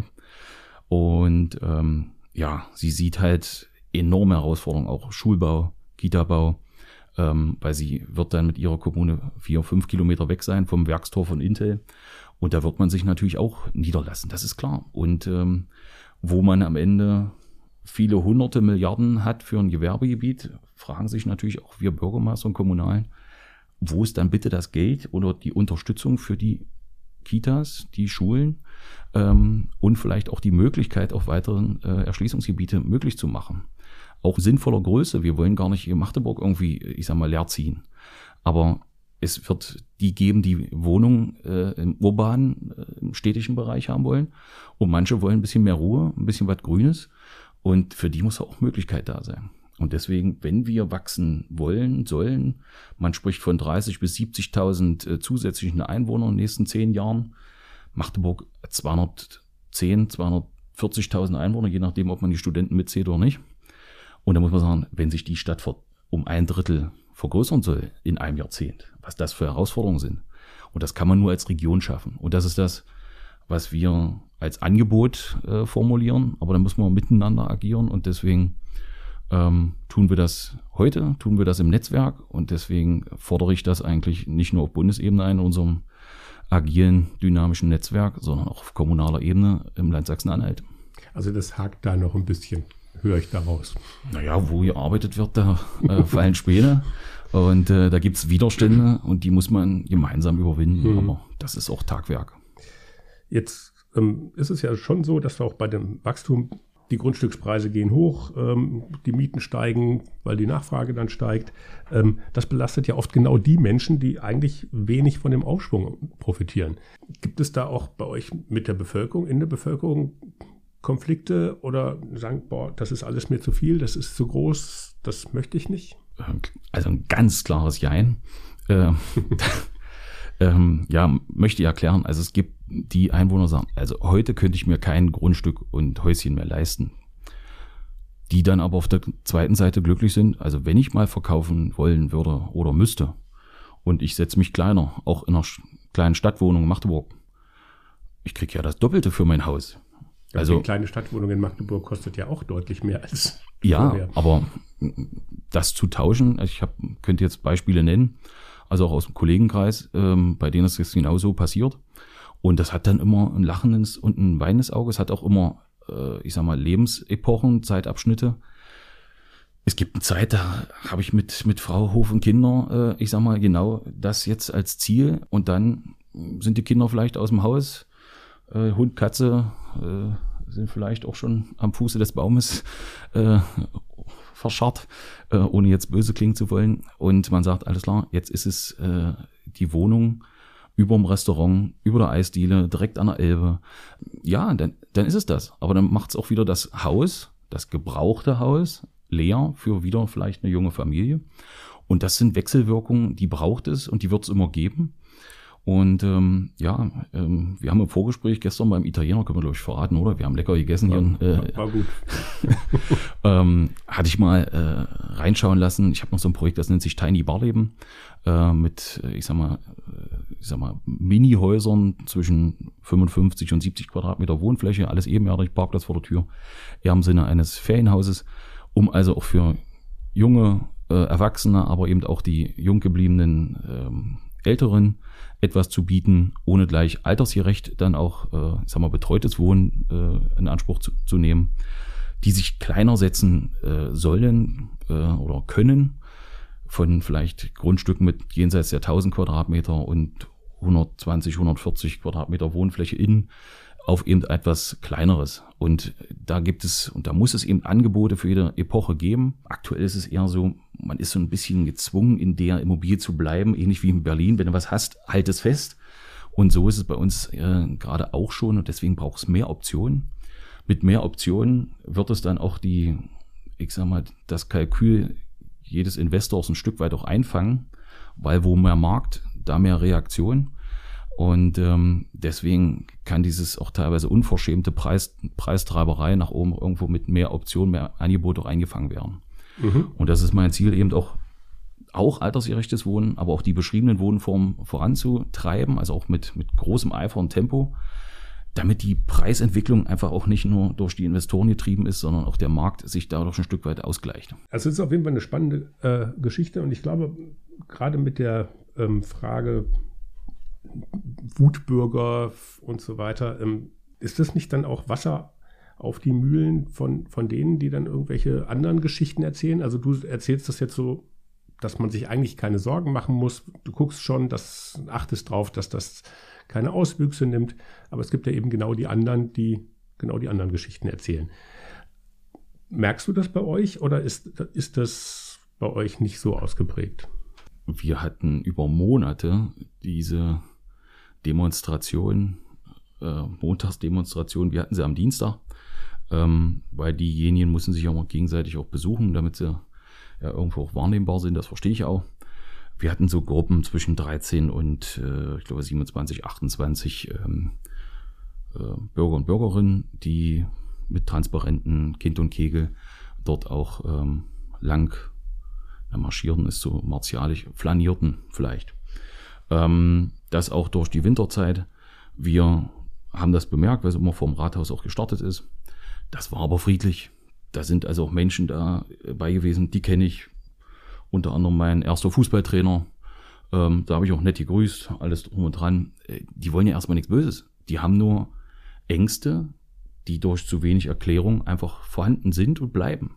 Und ähm, ja, sie sieht halt enorme Herausforderungen, auch Schulbau, Kitabau, ähm, weil sie wird dann mit ihrer Kommune vier, fünf Kilometer weg sein vom Werkstor von Intel. Und da wird man sich natürlich auch niederlassen, das ist klar. Und ähm, wo man am Ende viele hunderte Milliarden hat für ein Gewerbegebiet, fragen sich natürlich auch wir Bürgermeister und Kommunalen, wo ist dann bitte das Geld oder die Unterstützung für die Kitas, die Schulen ähm, und vielleicht auch die Möglichkeit, auf weiteren äh, Erschließungsgebiete möglich zu machen. Auch sinnvoller Größe. Wir wollen gar nicht hier Magdeburg irgendwie, ich sag mal, leer ziehen. Aber es wird die geben, die Wohnungen äh, im urbanen, äh, im städtischen Bereich haben wollen. Und manche wollen ein bisschen mehr Ruhe, ein bisschen was Grünes. Und für die muss auch Möglichkeit da sein. Und deswegen, wenn wir wachsen wollen, sollen, man spricht von dreißig bis siebzigtausend äh, zusätzlichen Einwohnern in den nächsten zehn Jahren. Magdeburg zweihundertzehn, zweihundertvierzigtausend Einwohner, je nachdem, ob man die Studenten mitzählt oder nicht. Und da muss man sagen, wenn sich die Stadt um ein Drittel vergrößern soll in einem Jahrzehnt, was das für Herausforderungen sind. Und das kann man nur als Region schaffen. Und das ist das, was wir als Angebot äh, formulieren. Aber da müssen wir miteinander agieren. Und deswegen ähm, tun wir das heute, tun wir das im Netzwerk. Und deswegen fordere ich das eigentlich nicht nur auf Bundesebene ein, in unserem agilen, dynamischen Netzwerk, sondern auch auf kommunaler Ebene im Land Sachsen-Anhalt. Also das hakt da noch ein bisschen, höre ich daraus. Naja, wo gearbeitet wird, da äh, fallen Späne. Und äh, da gibt es Widerstände und die muss man gemeinsam überwinden. Mhm. Aber das ist auch Tagwerk. Jetzt ähm, ist es ja schon so, dass auch bei dem Wachstum die Grundstückspreise gehen hoch, ähm, die Mieten steigen, weil die Nachfrage dann steigt. Ähm, das belastet ja oft genau die Menschen, die eigentlich wenig von dem Aufschwung profitieren. Gibt es da auch bei euch mit der Bevölkerung, in der Bevölkerung Konflikte oder sagen, boah, das ist alles mir zu viel, das ist zu groß, das möchte ich nicht? Also ein ganz klares Jein. Äh, ähm, ja, möchte ich erklären. Also es gibt die Einwohner sagen, also heute könnte ich mir kein Grundstück und Häuschen mehr leisten. Die dann aber auf der zweiten Seite glücklich sind. Also wenn ich mal verkaufen wollen würde oder müsste und ich setze mich kleiner, auch in einer kleinen Stadtwohnung in Magdeburg, ich kriege ja das Doppelte für mein Haus. Also eine kleine Stadtwohnung in Magdeburg kostet ja auch deutlich mehr als ja, vorher. Aber das zu tauschen, ich hab, könnte jetzt Beispiele nennen, also auch aus dem Kollegenkreis, ähm, bei denen ist es genauso passiert. Und das hat dann immer ein lachendes und ein weinendes Auge. Es hat auch immer, äh, ich sag mal, Lebensepochen, Zeitabschnitte. Es gibt eine Zeit, da habe ich mit mit Frau, Hof und Kinder, äh, ich sag mal, genau das jetzt als Ziel. Und dann sind die Kinder vielleicht aus dem Haus, äh, Hund, Katze äh, sind vielleicht auch schon am Fuße des Baumes äh, verscharrt, äh, ohne jetzt böse klingen zu wollen. Und man sagt, alles klar, jetzt ist es äh, die Wohnung über dem Restaurant, über der Eisdiele, direkt an der Elbe. Ja, dann, dann ist es das. Aber dann macht es auch wieder das Haus, das gebrauchte Haus, leer für wieder vielleicht eine junge Familie. Und das sind Wechselwirkungen, die braucht es und die wird es immer geben. Und ähm, ja, ähm, wir haben im Vorgespräch gestern beim Italiener, können wir glaube ich verraten, oder? Wir haben lecker gegessen war, hier. Äh, war gut. ähm, hatte ich mal äh, reinschauen lassen. Ich habe noch so ein Projekt, das nennt sich Tiny Barleben, äh, mit, ich sag mal, ich sag mal, Mini-Häusern zwischen fünfundfünfzig und siebzig Quadratmeter Wohnfläche, alles ebenerdig, Parkplatz vor der Tür, eher im Sinne eines Ferienhauses, um also auch für junge äh, Erwachsene, aber eben auch die jung gebliebenen ähm, Älteren etwas zu bieten, ohne gleich altersgerecht dann auch, äh, ich sag mal, betreutes Wohnen äh, in Anspruch zu, zu nehmen, die sich kleiner setzen äh, sollen äh, oder können, von vielleicht Grundstücken mit jenseits der tausend Quadratmeter und hundertzwanzig, hundertvierzig Quadratmeter Wohnfläche innen auf eben etwas Kleineres. Und da gibt es, und da muss es eben Angebote für jede Epoche geben. Aktuell ist es eher so, man ist so ein bisschen gezwungen, in der Immobilie zu bleiben, ähnlich wie in Berlin. Wenn du was hast, halt es fest. Und so ist es bei uns äh, gerade auch schon, und deswegen braucht es mehr Optionen. Mit mehr Optionen wird es dann auch die, ich sag mal, das Kalkül jedes Investors ein Stück weit auch einfangen, weil wo mehr Markt, da mehr Reaktion. Und ähm, deswegen kann dieses auch teilweise unverschämte Preis, Preistreiberei nach oben irgendwo mit mehr Optionen, mehr Angebot auch eingefangen werden. Mhm. Und das ist mein Ziel, eben auch, auch altersgerechtes Wohnen, aber auch die beschriebenen Wohnformen voranzutreiben, also auch mit, mit großem Eifer und Tempo, damit die Preisentwicklung einfach auch nicht nur durch die Investoren getrieben ist, sondern auch der Markt sich dadurch ein Stück weit ausgleicht. Also es ist auf jeden Fall eine spannende äh, Geschichte, und ich glaube, gerade mit der ähm, Frage Wutbürger und so weiter, ähm, ist das nicht dann auch Wasser auf die Mühlen von, von denen, die dann irgendwelche anderen Geschichten erzählen? Also du erzählst das jetzt so, dass man sich eigentlich keine Sorgen machen muss. Du guckst schon, dass, achtest drauf, dass das keine Auswüchse nimmt. Aber es gibt ja eben genau die anderen, die genau die anderen Geschichten erzählen. Merkst du das bei euch, oder ist, ist das bei euch nicht so ausgeprägt? Wir hatten über Monate diese Demonstration, äh, Montagsdemonstration, wir hatten sie am Dienstag, ähm, weil diejenigen müssen sich auch mal gegenseitig auch besuchen, damit sie ja irgendwo auch wahrnehmbar sind, das verstehe ich auch. Wir hatten so Gruppen zwischen dreizehn und äh, ich glaube siebenundzwanzig, achtundzwanzig ähm, äh, Bürger und Bürgerinnen, die mit Transparenten, Kind und Kegel dort auch ähm, lang na, marschierten, ist so martialisch, flanierten vielleicht. Ähm, das auch durch die Winterzeit. Wir haben das bemerkt, weil es immer vom Rathaus auch gestartet ist. Das war aber friedlich. Da sind also auch Menschen dabei gewesen, die kenne ich. Unter anderem mein erster Fußballtrainer. Ähm, da habe ich auch nett gegrüßt, alles drum und dran. Die wollen ja erstmal nichts Böses. Die haben nur Ängste, die durch zu wenig Erklärung einfach vorhanden sind und bleiben.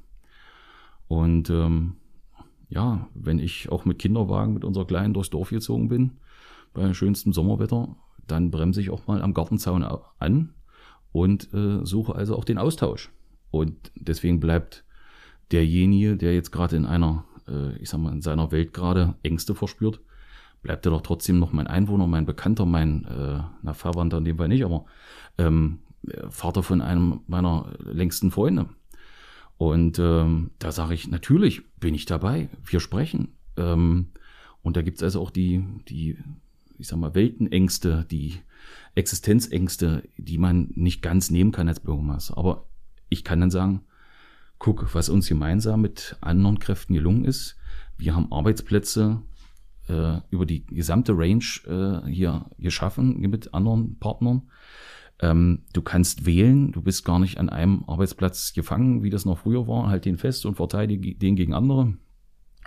Und ähm, ja, wenn ich auch mit Kinderwagen mit unserer Kleinen durchs Dorf gezogen bin, bei schönstem Sommerwetter, dann bremse ich auch mal am Gartenzaun an und äh, suche also auch den Austausch. Und deswegen bleibt derjenige, der jetzt gerade in einer, äh, ich sag mal, in seiner Welt gerade Ängste verspürt, bleibt er doch trotzdem noch mein Einwohner, mein Bekannter, mein, äh, na, Verwandter in dem Fall nicht, aber ähm, Vater von einem meiner längsten Freunde. Und ähm, da sage ich, natürlich bin ich dabei, wir sprechen. Ähm, und da gibt es also auch die, die, ich sag mal, Weltenängste, die Existenzängste, die man nicht ganz nehmen kann als Bürgermeister. Aber ich kann dann sagen, guck, was uns gemeinsam mit anderen Kräften gelungen ist. Wir haben Arbeitsplätze äh, über die gesamte Range äh, hier geschaffen mit anderen Partnern. Ähm, du kannst wählen, du bist gar nicht an einem Arbeitsplatz gefangen, wie das noch früher war, halt den fest und verteidige den gegen andere.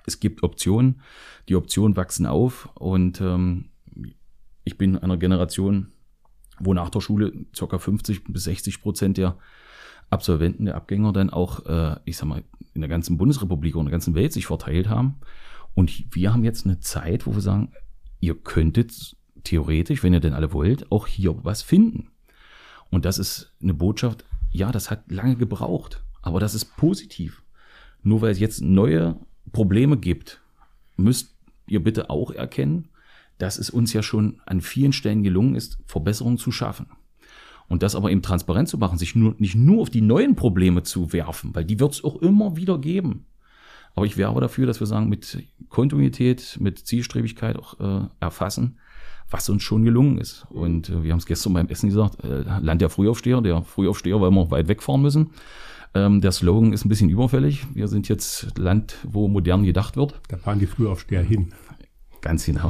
Es gibt Optionen, die Optionen wachsen auf und ähm, ich bin einer Generation, wo nach der Schule ca. fünfzig bis sechzig Prozent der Absolventen, der Abgänger dann auch, äh, ich sag mal, in der ganzen Bundesrepublik und in der ganzen Welt sich verteilt haben. Und wir haben jetzt eine Zeit, wo wir sagen, ihr könntet theoretisch, wenn ihr denn alle wollt, auch hier was finden. Und das ist eine Botschaft, ja, das hat lange gebraucht, aber das ist positiv. Nur weil es jetzt neue Probleme gibt, müsst ihr bitte auch erkennen, dass es uns ja schon an vielen Stellen gelungen ist, Verbesserungen zu schaffen. Und das aber eben transparent zu machen, sich nur, nicht nur auf die neuen Probleme zu werfen, weil die wird es auch immer wieder geben. Aber ich werbe dafür, dass wir sagen, mit Kontinuität, mit Zielstrebigkeit auch äh, erfassen, was uns schon gelungen ist. Und äh, wir haben es gestern beim Essen gesagt, äh, Land der Frühaufsteher, der Frühaufsteher, weil wir weit wegfahren müssen. Ähm, der Slogan ist ein bisschen überfällig. Wir sind jetzt Land, wo modern gedacht wird. Da fahren die Frühaufsteher hin. Ganz genau.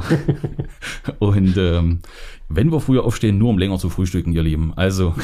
Und ähm, wenn wir früher aufstehen, nur um länger zu frühstücken, ihr Lieben. Also.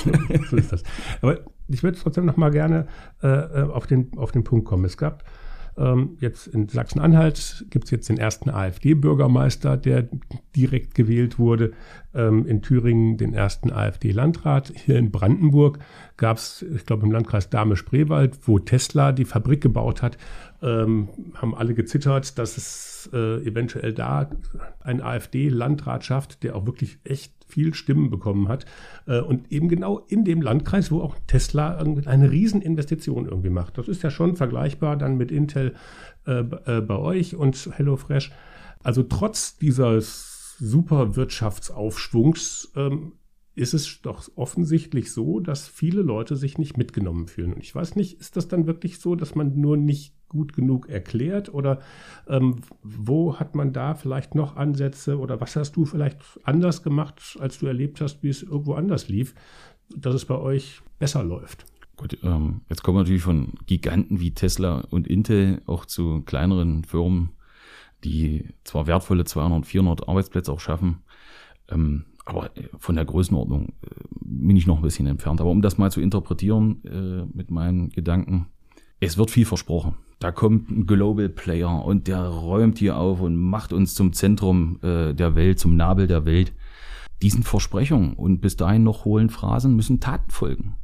So ist das. Aber ich würde trotzdem noch mal gerne äh, auf den, auf den Punkt kommen. Es gab ähm, jetzt in Sachsen-Anhalt gibt es jetzt den ersten AfD-Bürgermeister, der direkt gewählt wurde. Ähm, in Thüringen den ersten AfD-Landrat. Hier in Brandenburg gab es, ich glaube im Landkreis Dahme-Spreewald, wo Tesla die Fabrik gebaut hat, ähm, haben alle gezittert, dass es äh, eventuell da einen AfD-Landrat schafft, der auch wirklich echt viel Stimmen bekommen hat. Äh, und eben genau in dem Landkreis, wo auch Tesla eine Rieseninvestition irgendwie macht. Das ist ja schon vergleichbar dann mit Intel äh, äh, bei euch und HelloFresh. Also trotz dieses super Wirtschaftsaufschwungs ähm, ist es doch offensichtlich so, dass viele Leute sich nicht mitgenommen fühlen. Und ich weiß nicht, ist das dann wirklich so, dass man nur nicht gut genug erklärt oder ähm, wo hat man da vielleicht noch Ansätze oder was hast du vielleicht anders gemacht, als du erlebt hast, wie es irgendwo anders lief, dass es bei euch besser läuft? Gut, ähm, jetzt kommen wir natürlich von Giganten wie Tesla und Intel auch zu kleineren Firmen, die zwar wertvolle zweihundert, vierhundert Arbeitsplätze auch schaffen, ähm, aber von der Größenordnung äh, bin ich noch ein bisschen entfernt. Aber um das mal zu interpretieren äh, mit meinen Gedanken, es wird viel versprochen. Da kommt ein Global Player und der räumt hier auf und macht uns zum Zentrum äh, der Welt, zum Nabel der Welt. Diesen Versprechungen und bis dahin noch hohlen Phrasen müssen Taten folgen.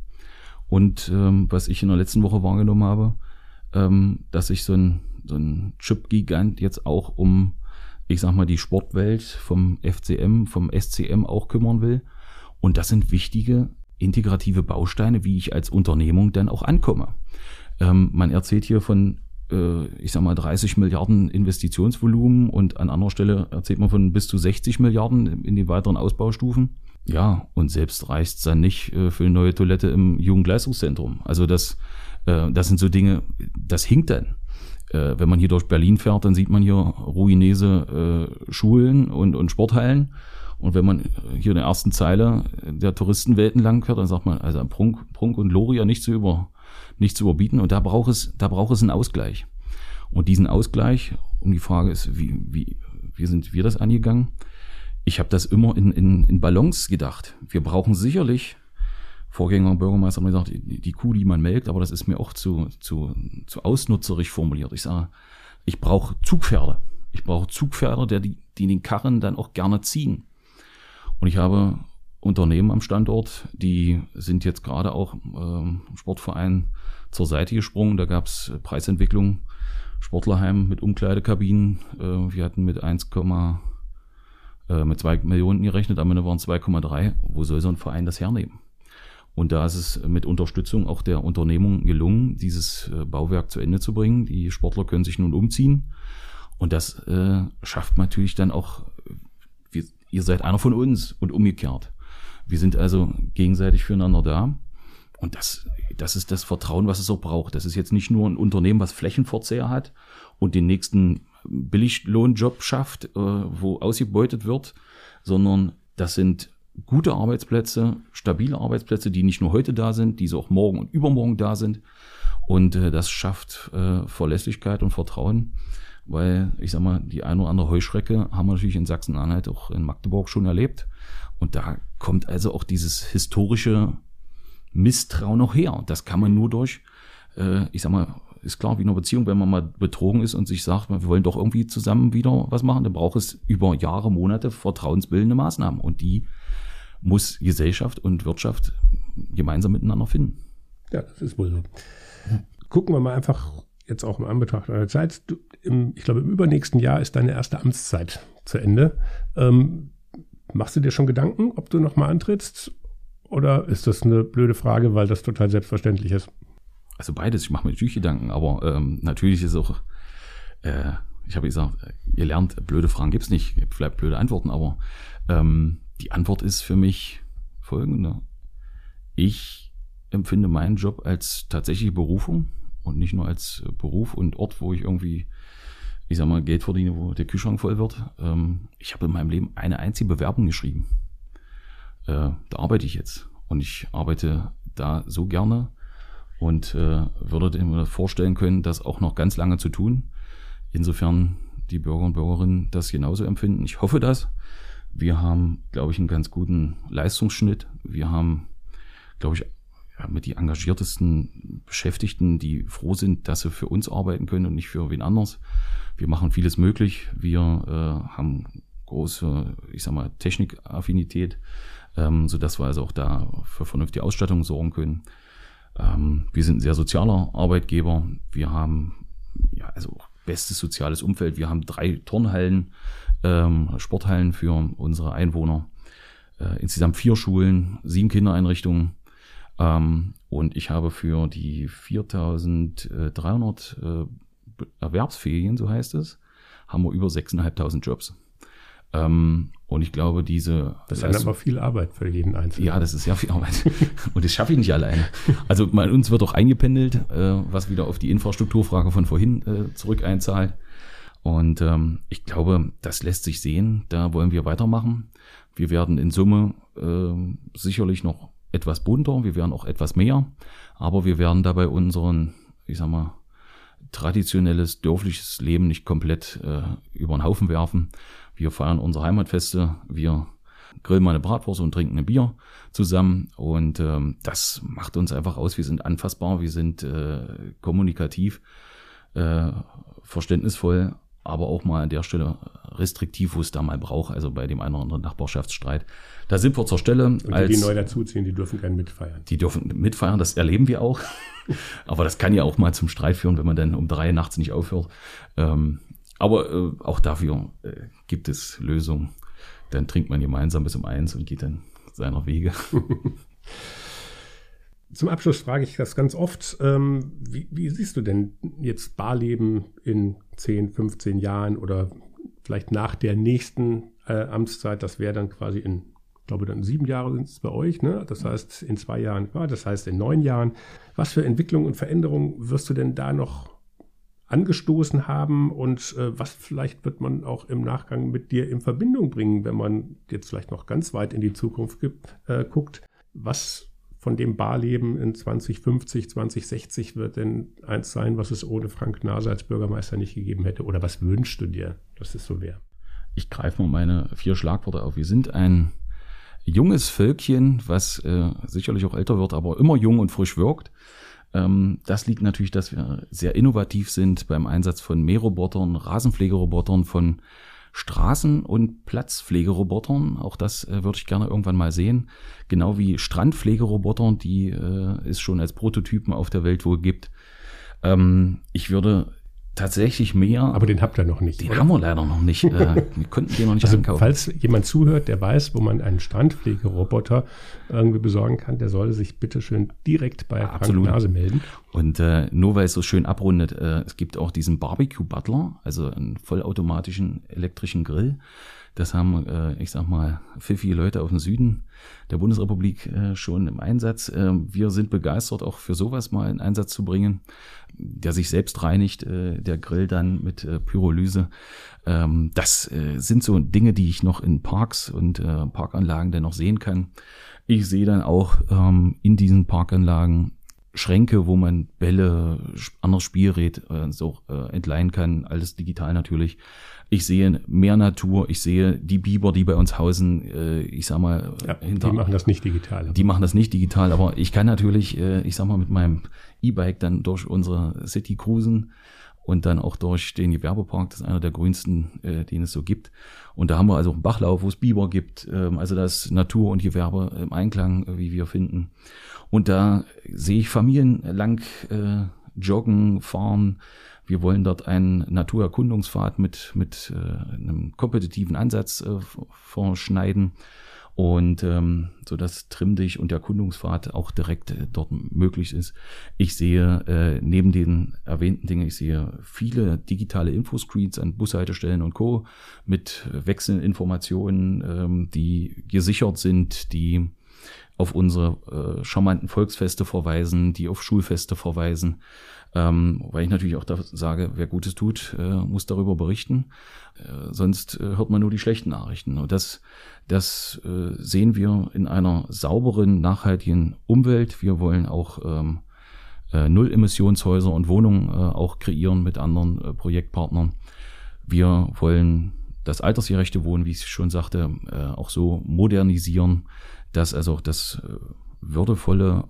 Und ähm, was ich in der letzten Woche wahrgenommen habe, ähm, dass sich so ein, so ein Chip-Gigant jetzt auch um, ich sag mal, die Sportwelt vom F C M, vom S C M auch kümmern will. Und das sind wichtige integrative Bausteine, wie ich als Unternehmung dann auch ankomme. Ähm, man erzählt hier von, äh, ich sag mal, dreißig Milliarden Investitionsvolumen und an anderer Stelle erzählt man von bis zu sechzig Milliarden in den weiteren Ausbaustufen. Ja, und selbst reicht es dann nicht äh, für eine neue Toilette im Jugendleistungszentrum. Also das, äh, das sind so Dinge, das hinkt dann. Äh, wenn man hier durch Berlin fährt, dann sieht man hier ruinöse äh, Schulen und, und Sporthallen. Und wenn man hier in der ersten Zeile der Touristenwelten lang fährt, dann sagt man, also Prunk, Prunk und Gloria nicht zu über, nicht zu überbieten. Und da braucht es, da braucht es einen Ausgleich. Und diesen Ausgleich, und die Frage ist, wie, wie, wie sind wir das angegangen? Ich habe das immer in, in, in Balance gedacht. Wir brauchen sicherlich, Vorgänger Bürgermeister haben gesagt, die, die Kuh, die man melkt, aber das ist mir auch zu, zu, zu ausnutzerisch formuliert. Ich sage, ich brauche Zugpferde. Ich brauche Zugpferde, der die, die den Karren dann auch gerne ziehen. Und ich habe Unternehmen am Standort, die sind jetzt gerade auch ähm, Sportverein zur Seite gesprungen. Da gab es Preisentwicklung, Sportlerheim mit Umkleidekabinen. Äh, wir hatten mit eins, äh, mit zwei Millionen gerechnet, am Ende waren es zwei Komma drei. Wo soll so ein Verein das hernehmen? Und da ist es mit Unterstützung auch der Unternehmung gelungen, dieses äh, Bauwerk zu Ende zu bringen. Die Sportler können sich nun umziehen. Und das äh, schafft natürlich dann auch, wir, ihr seid einer von uns und umgekehrt. Wir sind also gegenseitig füreinander da. Und das, das ist das Vertrauen, was es auch braucht. Das ist jetzt nicht nur ein Unternehmen, was Flächenverzehr hat und den nächsten Billiglohnjob schafft, äh, wo ausgebeutet wird, sondern das sind gute Arbeitsplätze, stabile Arbeitsplätze, die nicht nur heute da sind, die so auch morgen und übermorgen da sind. Und äh, das schafft äh, Verlässlichkeit und Vertrauen, weil, ich sag mal, die eine oder andere Heuschrecke haben wir natürlich in Sachsen-Anhalt, auch in Magdeburg schon erlebt. Und da kommt also auch dieses historische Misstrauen noch her. Das kann man nur durch, äh, ich sag mal, ist klar, wie in einer Beziehung, wenn man mal betrogen ist und sich sagt, wir wollen doch irgendwie zusammen wieder was machen, dann braucht es über Jahre, Monate vertrauensbildende Maßnahmen. Und die muss Gesellschaft und Wirtschaft gemeinsam miteinander finden. Ja, das ist wohl so. Gucken wir mal einfach jetzt auch im Anbetracht einer Zeit. Du, im, ich glaube, im übernächsten Jahr ist deine erste Amtszeit zu Ende. Ähm, machst du dir schon Gedanken, ob du nochmal antrittst? Oder ist das eine blöde Frage, weil das total selbstverständlich ist? Also beides, ich mache mir natürlich Gedanken, aber ähm, natürlich ist auch, äh, ich habe gesagt, ihr lernt, blöde Fragen gibt's nicht, vielleicht blöde Antworten, aber ähm, die Antwort ist für mich folgende. Ich empfinde meinen Job als tatsächliche Berufung und nicht nur als Beruf und Ort, wo ich irgendwie, ich sag mal, Geld verdiene, wo der Kühlschrank voll wird. Ähm, ich habe in meinem Leben eine einzige Bewerbung geschrieben. Äh, da arbeite ich jetzt und ich arbeite da so gerne und äh, würde mir vorstellen können, das auch noch ganz lange zu tun. Insofern die Bürger und Bürgerinnen das genauso empfinden. Ich hoffe das. Wir haben, glaube ich, einen ganz guten Leistungsschnitt. Wir haben, glaube ich, ja, mit die engagiertesten Beschäftigten, die froh sind, dass sie für uns arbeiten können und nicht für wen anders. Wir machen vieles möglich. Wir äh, haben große, ich sag mal, Technikaffinität, ähm, sodass wir also auch da für vernünftige Ausstattung sorgen können. Ähm, wir sind ein sehr sozialer Arbeitgeber. Wir haben ja also bestes soziales Umfeld. Wir haben drei Turnhallen, ähm, Sporthallen für unsere Einwohner. Äh, insgesamt vier Schulen, sieben Kindereinrichtungen. Ähm, und ich habe für die viertausenddreihundert äh, Erwerbsfähigen, so heißt es, haben wir über sechstausendfünfhundert Jobs. Ähm, und ich glaube, diese... Das ist dann aber viel Arbeit für jeden Einzelnen. Ja, das ist sehr viel Arbeit. Und das schaffe ich nicht alleine. Also bei uns wird auch eingependelt, äh, was wieder auf die Infrastrukturfrage von vorhin äh, zurück einzahlt. Und ähm, ich glaube, das lässt sich sehen. Da wollen wir weitermachen. Wir werden in Summe äh, sicherlich noch etwas bunter. Wir werden auch etwas mehr. Aber wir werden dabei unseren, ich sag mal, traditionelles, dörfliches Leben nicht komplett äh, über den Haufen werfen. Wir feiern unsere Heimatfeste, wir grillen mal eine Bratwurst und trinken ein Bier zusammen und ähm, das macht uns einfach aus. Wir sind anfassbar, wir sind äh, kommunikativ, äh, verständnisvoll, aber auch mal an der Stelle restriktiv, wo es da mal braucht, also bei dem einen oder anderen Nachbarschaftsstreit. Da sind wir zur Stelle. Und die, als, die neu dazuziehen, die dürfen gerne mitfeiern. Die dürfen mitfeiern, das erleben wir auch. Aber das kann ja auch mal zum Streit führen, wenn man dann um drei nachts nicht aufhört. Ähm, aber äh, auch dafür äh, gibt es Lösungen. Dann trinkt man gemeinsam bis um eins und geht dann seiner Wege. Zum Abschluss frage ich das ganz oft. Ähm, wie, wie siehst du denn jetzt Barleben in zehn, fünfzehn Jahren oder vielleicht nach der nächsten äh, Amtszeit? Das wäre dann quasi in, ich glaube, dann sieben Jahre sind es bei euch, ne? Das heißt in zwei Jahren, ja, das heißt in neun Jahren. Was für Entwicklungen und Veränderungen wirst du denn da noch angestoßen haben und äh, was vielleicht wird man auch im Nachgang mit dir in Verbindung bringen, wenn man jetzt vielleicht noch ganz weit in die Zukunft gibt, äh, guckt? Was von dem Barleben in zwanzig fünfzig, zwanzig sechzig wird denn eins sein, was es ohne Frank Nase als Bürgermeister nicht gegeben hätte? Oder was wünschst du dir, dass es so wäre? Ich greife mal meine vier Schlagworte auf. Wir sind ein junges Völkchen, was äh, sicherlich auch älter wird, aber immer jung und frisch wirkt. Ähm, das liegt natürlich, dass wir sehr innovativ sind beim Einsatz von Mährobotern, Rasenpflegerobotern, von Straßen- und Platzpflegerobotern. Auch das äh, würde ich gerne irgendwann mal sehen. Genau wie Strandpflegerobotern, die äh, es schon als Prototypen auf der Welt wohl gibt. Ähm, ich würde tatsächlich mehr... Aber den habt ihr noch nicht, Den oder? haben wir leider noch nicht. Äh, wir konnten den noch nicht also, ankaufen. Falls jemand zuhört, der weiß, wo man einen Strandpflegeroboter irgendwie besorgen kann, der soll sich bitte schön direkt bei Ja, Frank Nase melden. Und äh, nur weil es so schön abrundet, äh, es gibt auch diesen Barbecue Butler, also einen vollautomatischen elektrischen Grill. Das haben, äh, ich sag mal, pfiffige Leute aus dem Süden der Bundesrepublik äh, schon im Einsatz. Äh, wir sind begeistert, auch für sowas mal in Einsatz zu bringen, der sich selbst reinigt, äh, der Grill dann mit äh, Pyrolyse. Ähm, das äh, sind so Dinge, die ich noch in Parks und äh, Parkanlagen dann noch sehen kann. Ich sehe dann auch ähm, in diesen Parkanlagen Schränke, wo man Bälle, anderes Spielgerät äh, so äh, entleihen kann, alles digital natürlich. Ich sehe mehr Natur, ich sehe die Biber, die bei uns hausen, äh, ich sag mal, ja, hinter, die machen das nicht digital. Die machen das nicht digital, aber ich kann natürlich, äh, ich sag mal, mit meinem E-Bike dann durch unsere City cruisen und dann auch durch den Gewerbepark, das ist einer der grünsten, äh, den es so gibt. Und da haben wir also einen Bachlauf, wo es Biber gibt, ähm, also das Natur und Gewerbe im Einklang, äh, wie wir finden. Und da sehe ich Familien lang äh, joggen, fahren. Wir wollen dort einen Naturerkundungspfad mit mit äh, einem kompetitiven Ansatz äh, verschneiden und ähm, so dass Trimm-Dich und der Erkundungspfad auch direkt äh, dort möglich ist. Ich sehe äh, neben den erwähnten Dingen, ich sehe viele digitale Infoscreens an Bushaltestellen und Co. mit wechselnden Informationen, ähm, die gesichert sind, die auf unsere äh, charmanten Volksfeste verweisen, die auf Schulfeste verweisen. Ähm, weil ich natürlich auch da sage, wer Gutes tut, äh, muss darüber berichten. Äh, sonst äh, hört man nur die schlechten Nachrichten. Und das, das äh, sehen wir in einer sauberen, nachhaltigen Umwelt. Wir wollen auch ähm, äh, Null-Emissionshäuser und Wohnungen äh, auch kreieren mit anderen äh, Projektpartnern. Wir wollen das altersgerechte Wohnen, wie ich schon sagte, äh, auch so modernisieren, dass also auch das äh, würdevolle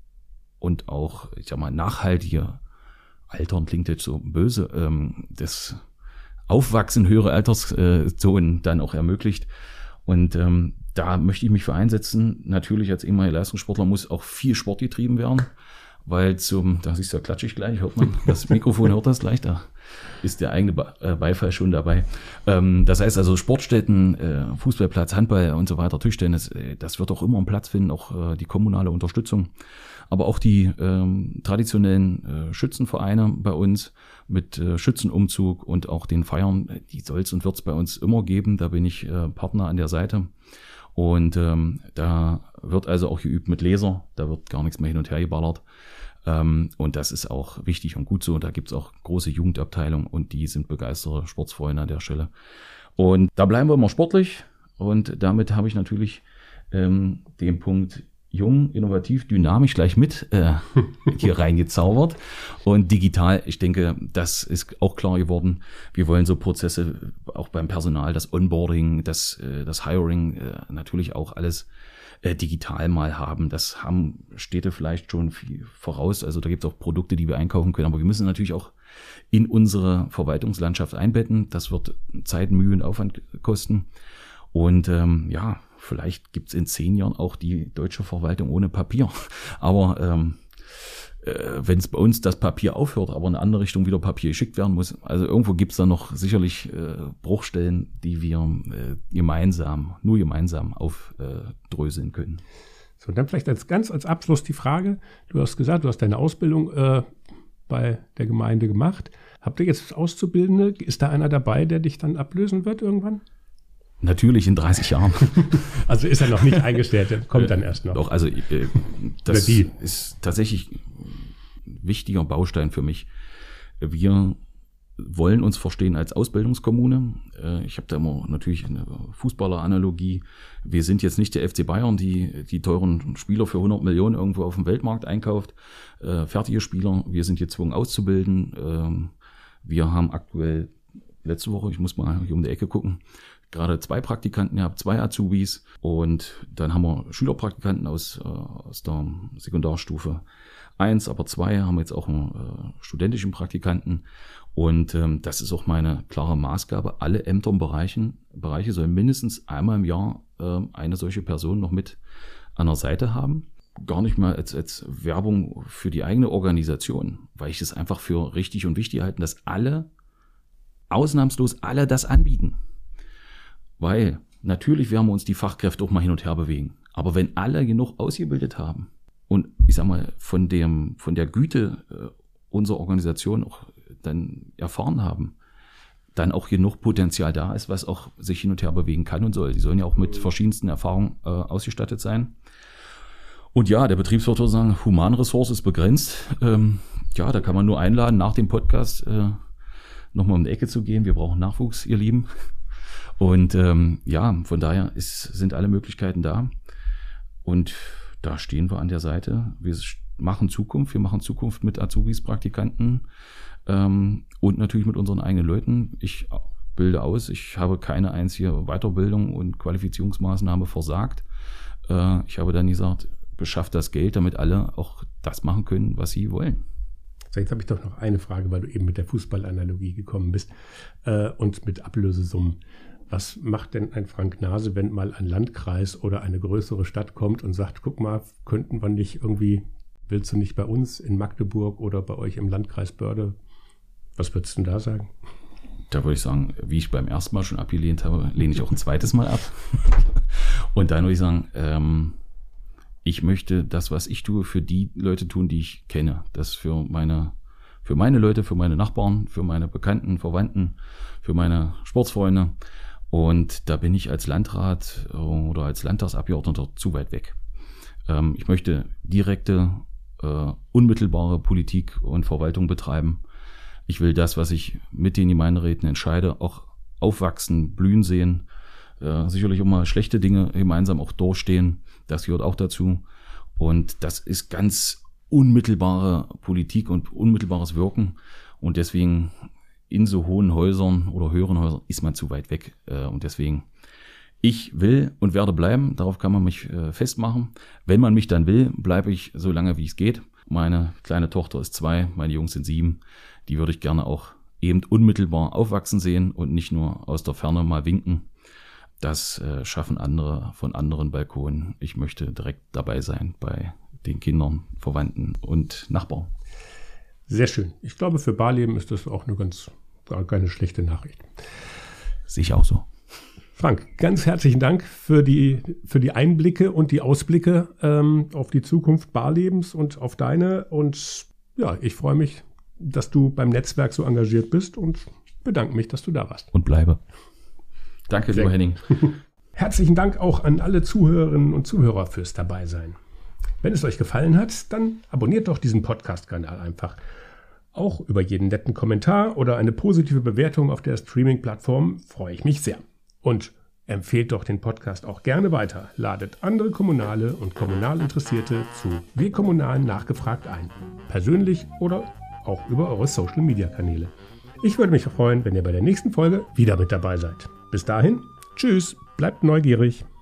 und auch, ich sag mal, nachhaltige Altern klingt jetzt so böse, ähm, das Aufwachsen höhere Alterszonen dann auch ermöglicht. Und ähm, da möchte ich mich für einsetzen. Natürlich als ehemaliger Leistungssportler muss auch viel Sport getrieben werden, weil zum, da siehst du, da klatsche ich gleich, hört man, das Mikrofon hört das gleich, da ist der eigene Beifall schon dabei. Ähm, das heißt also Sportstätten, äh, Fußballplatz, Handball und so weiter, Tischtennis, äh, das wird auch immer einen Platz finden, auch äh, die kommunale Unterstützung. Aber auch die ähm, traditionellen äh, Schützenvereine bei uns mit äh, Schützenumzug und auch den Feiern, die soll es und wird es bei uns immer geben. Da bin ich äh, Partner an der Seite. Und ähm, da wird also auch geübt mit Laser, da wird gar nichts mehr hin und her geballert. Ähm, und das ist auch wichtig und gut so. Und da gibt es auch große Jugendabteilungen und die sind begeisterte Sportsfreunde an der Stelle. Und da bleiben wir immer sportlich. Und damit habe ich natürlich ähm, den Punkt jung, innovativ, dynamisch gleich mit äh, hier reingezaubert. Und digital, ich denke, das ist auch klar geworden. Wir wollen so Prozesse auch beim Personal, das Onboarding, das, äh, das Hiring, äh, natürlich auch alles äh, digital mal haben. Das haben Städte vielleicht schon viel voraus. Also da gibt es auch Produkte, die wir einkaufen können. Aber wir müssen natürlich auch in unsere Verwaltungslandschaft einbetten. Das wird Zeit, Mühe und Aufwand kosten. Und ähm, ja, vielleicht gibt's in zehn Jahren auch die deutsche Verwaltung ohne Papier. Aber ähm, äh, wenn es bei uns das Papier aufhört, aber in eine andere Richtung wieder Papier geschickt werden muss, also irgendwo gibt's da noch sicherlich äh, Bruchstellen, die wir äh, gemeinsam, nur gemeinsam aufdröseln können. So, dann vielleicht als ganz als Abschluss die Frage, du hast gesagt, du hast deine Ausbildung äh, bei der Gemeinde gemacht. Habt ihr jetzt Auszubildende? Ist da einer dabei, der dich dann ablösen wird irgendwann? Natürlich in dreißig Jahren. Also ist er noch nicht eingestellt, kommt dann erst noch. Doch, also äh, das ist tatsächlich ein wichtiger Baustein für mich. Wir wollen uns verstehen als Ausbildungskommune. Äh, ich habe da immer natürlich eine Fußballer-Analogie. Wir sind jetzt nicht der F C Bayern, die die teuren Spieler für hundert Millionen irgendwo auf dem Weltmarkt einkauft. Äh, fertige Spieler. Wir sind gezwungen auszubilden. Ähm, wir haben aktuell letzte Woche, ich muss mal hier um die Ecke gucken, gerade zwei Praktikanten gehabt, zwei Azubis und dann haben wir Schülerpraktikanten aus, äh, aus der Sekundarstufe eins, aber zwei haben wir jetzt auch einen äh, studentischen Praktikanten und ähm, das ist auch meine klare Maßgabe. Alle Ämter und Bereichen, Bereiche sollen mindestens einmal im Jahr äh, eine solche Person noch mit an der Seite haben. Gar nicht mal als, als Werbung für die eigene Organisation, weil ich es einfach für richtig und wichtig halte, dass alle, ausnahmslos alle das anbieten. Weil natürlich werden wir uns die Fachkräfte auch mal hin und her bewegen. Aber wenn alle genug ausgebildet haben und ich sag mal von dem von der Güte äh, unserer Organisation auch dann erfahren haben, dann auch genug Potenzial da ist, was auch sich hin und her bewegen kann und soll. Die sollen ja auch mit verschiedensten Erfahrungen äh, ausgestattet sein. Und ja, der Betriebswirt würde sagen, Humanressource ist begrenzt. Ähm, ja, da kann man nur einladen, nach dem Podcast äh, nochmal um die Ecke zu gehen. Wir brauchen Nachwuchs, ihr Lieben. Und ähm, ja, von daher ist, sind alle Möglichkeiten da. Und da stehen wir an der Seite. Wir machen Zukunft, wir machen Zukunft mit Azubis, Praktikanten ähm, und natürlich mit unseren eigenen Leuten. Ich bilde aus, ich habe keine einzige Weiterbildung und Qualifizierungsmaßnahme versagt. Äh, ich habe dann gesagt, beschafft das Geld, damit alle auch das machen können, was sie wollen. So, jetzt habe ich doch noch eine Frage, weil du eben mit der Fußballanalogie gekommen bist äh, und mit Ablösesummen. Was macht denn ein Frank Nase, wenn mal ein Landkreis oder eine größere Stadt kommt und sagt, guck mal, könnten wir nicht irgendwie, willst du nicht bei uns in Magdeburg oder bei euch im Landkreis Börde? Was würdest du denn da sagen? Da würde ich sagen, wie ich beim ersten Mal schon abgelehnt habe, lehne ich auch ein zweites Mal ab. Und dann würde ich sagen, ähm, ich möchte das, was ich tue, für die Leute tun, die ich kenne. Das für meine, für meine Leute, für meine Nachbarn, für meine Bekannten, Verwandten, für meine Sportsfreunde. Und da bin ich als Landrat oder als Landtagsabgeordneter zu weit weg. Ähm, ich möchte direkte, äh, unmittelbare Politik und Verwaltung betreiben. Ich will das, was ich mit den Gemeinderäten entscheide, auch aufwachsen, blühen sehen. Äh, sicherlich auch mal schlechte Dinge gemeinsam auch durchstehen. Das gehört auch dazu. Und das ist ganz unmittelbare Politik und unmittelbares Wirken. Und deswegen in so hohen Häusern oder höheren Häusern ist man zu weit weg. Äh, und deswegen, ich will und werde bleiben. Darauf kann man mich äh, festmachen. Wenn man mich dann will, bleibe ich so lange, wie es geht. Meine kleine Tochter ist zwei, meine Jungs sind sieben. Die würde ich gerne auch eben unmittelbar aufwachsen sehen und nicht nur aus der Ferne mal winken. Das äh, schaffen andere von anderen Balkonen. Ich möchte direkt dabei sein bei den Kindern, Verwandten und Nachbarn. Sehr schön. Ich glaube, für Barleben ist das auch eine ganz, keine schlechte Nachricht. Sehe ich auch so. Frank, ganz herzlichen Dank für die, für die Einblicke und die Ausblicke ähm, auf die Zukunft Barlebens und auf deine. Und ja, ich freue mich, dass du beim Netzwerk so engagiert bist und bedanke mich, dass du da warst. Und bleibe. Danke, lieber Henning. Herzlichen Dank auch an alle Zuhörerinnen und Zuhörer fürs Dabeisein. Wenn es euch gefallen hat, dann abonniert doch diesen Podcast-Kanal einfach. Auch über jeden netten Kommentar oder eine positive Bewertung auf der Streaming-Plattform freue ich mich sehr. Und empfehlt doch den Podcast auch gerne weiter. Ladet andere Kommunale und Kommunalinteressierte zu Wir Kommunalen nachgefragt ein. Persönlich oder auch über eure Social-Media-Kanäle. Ich würde mich freuen, wenn ihr bei der nächsten Folge wieder mit dabei seid. Bis dahin, tschüss, bleibt neugierig.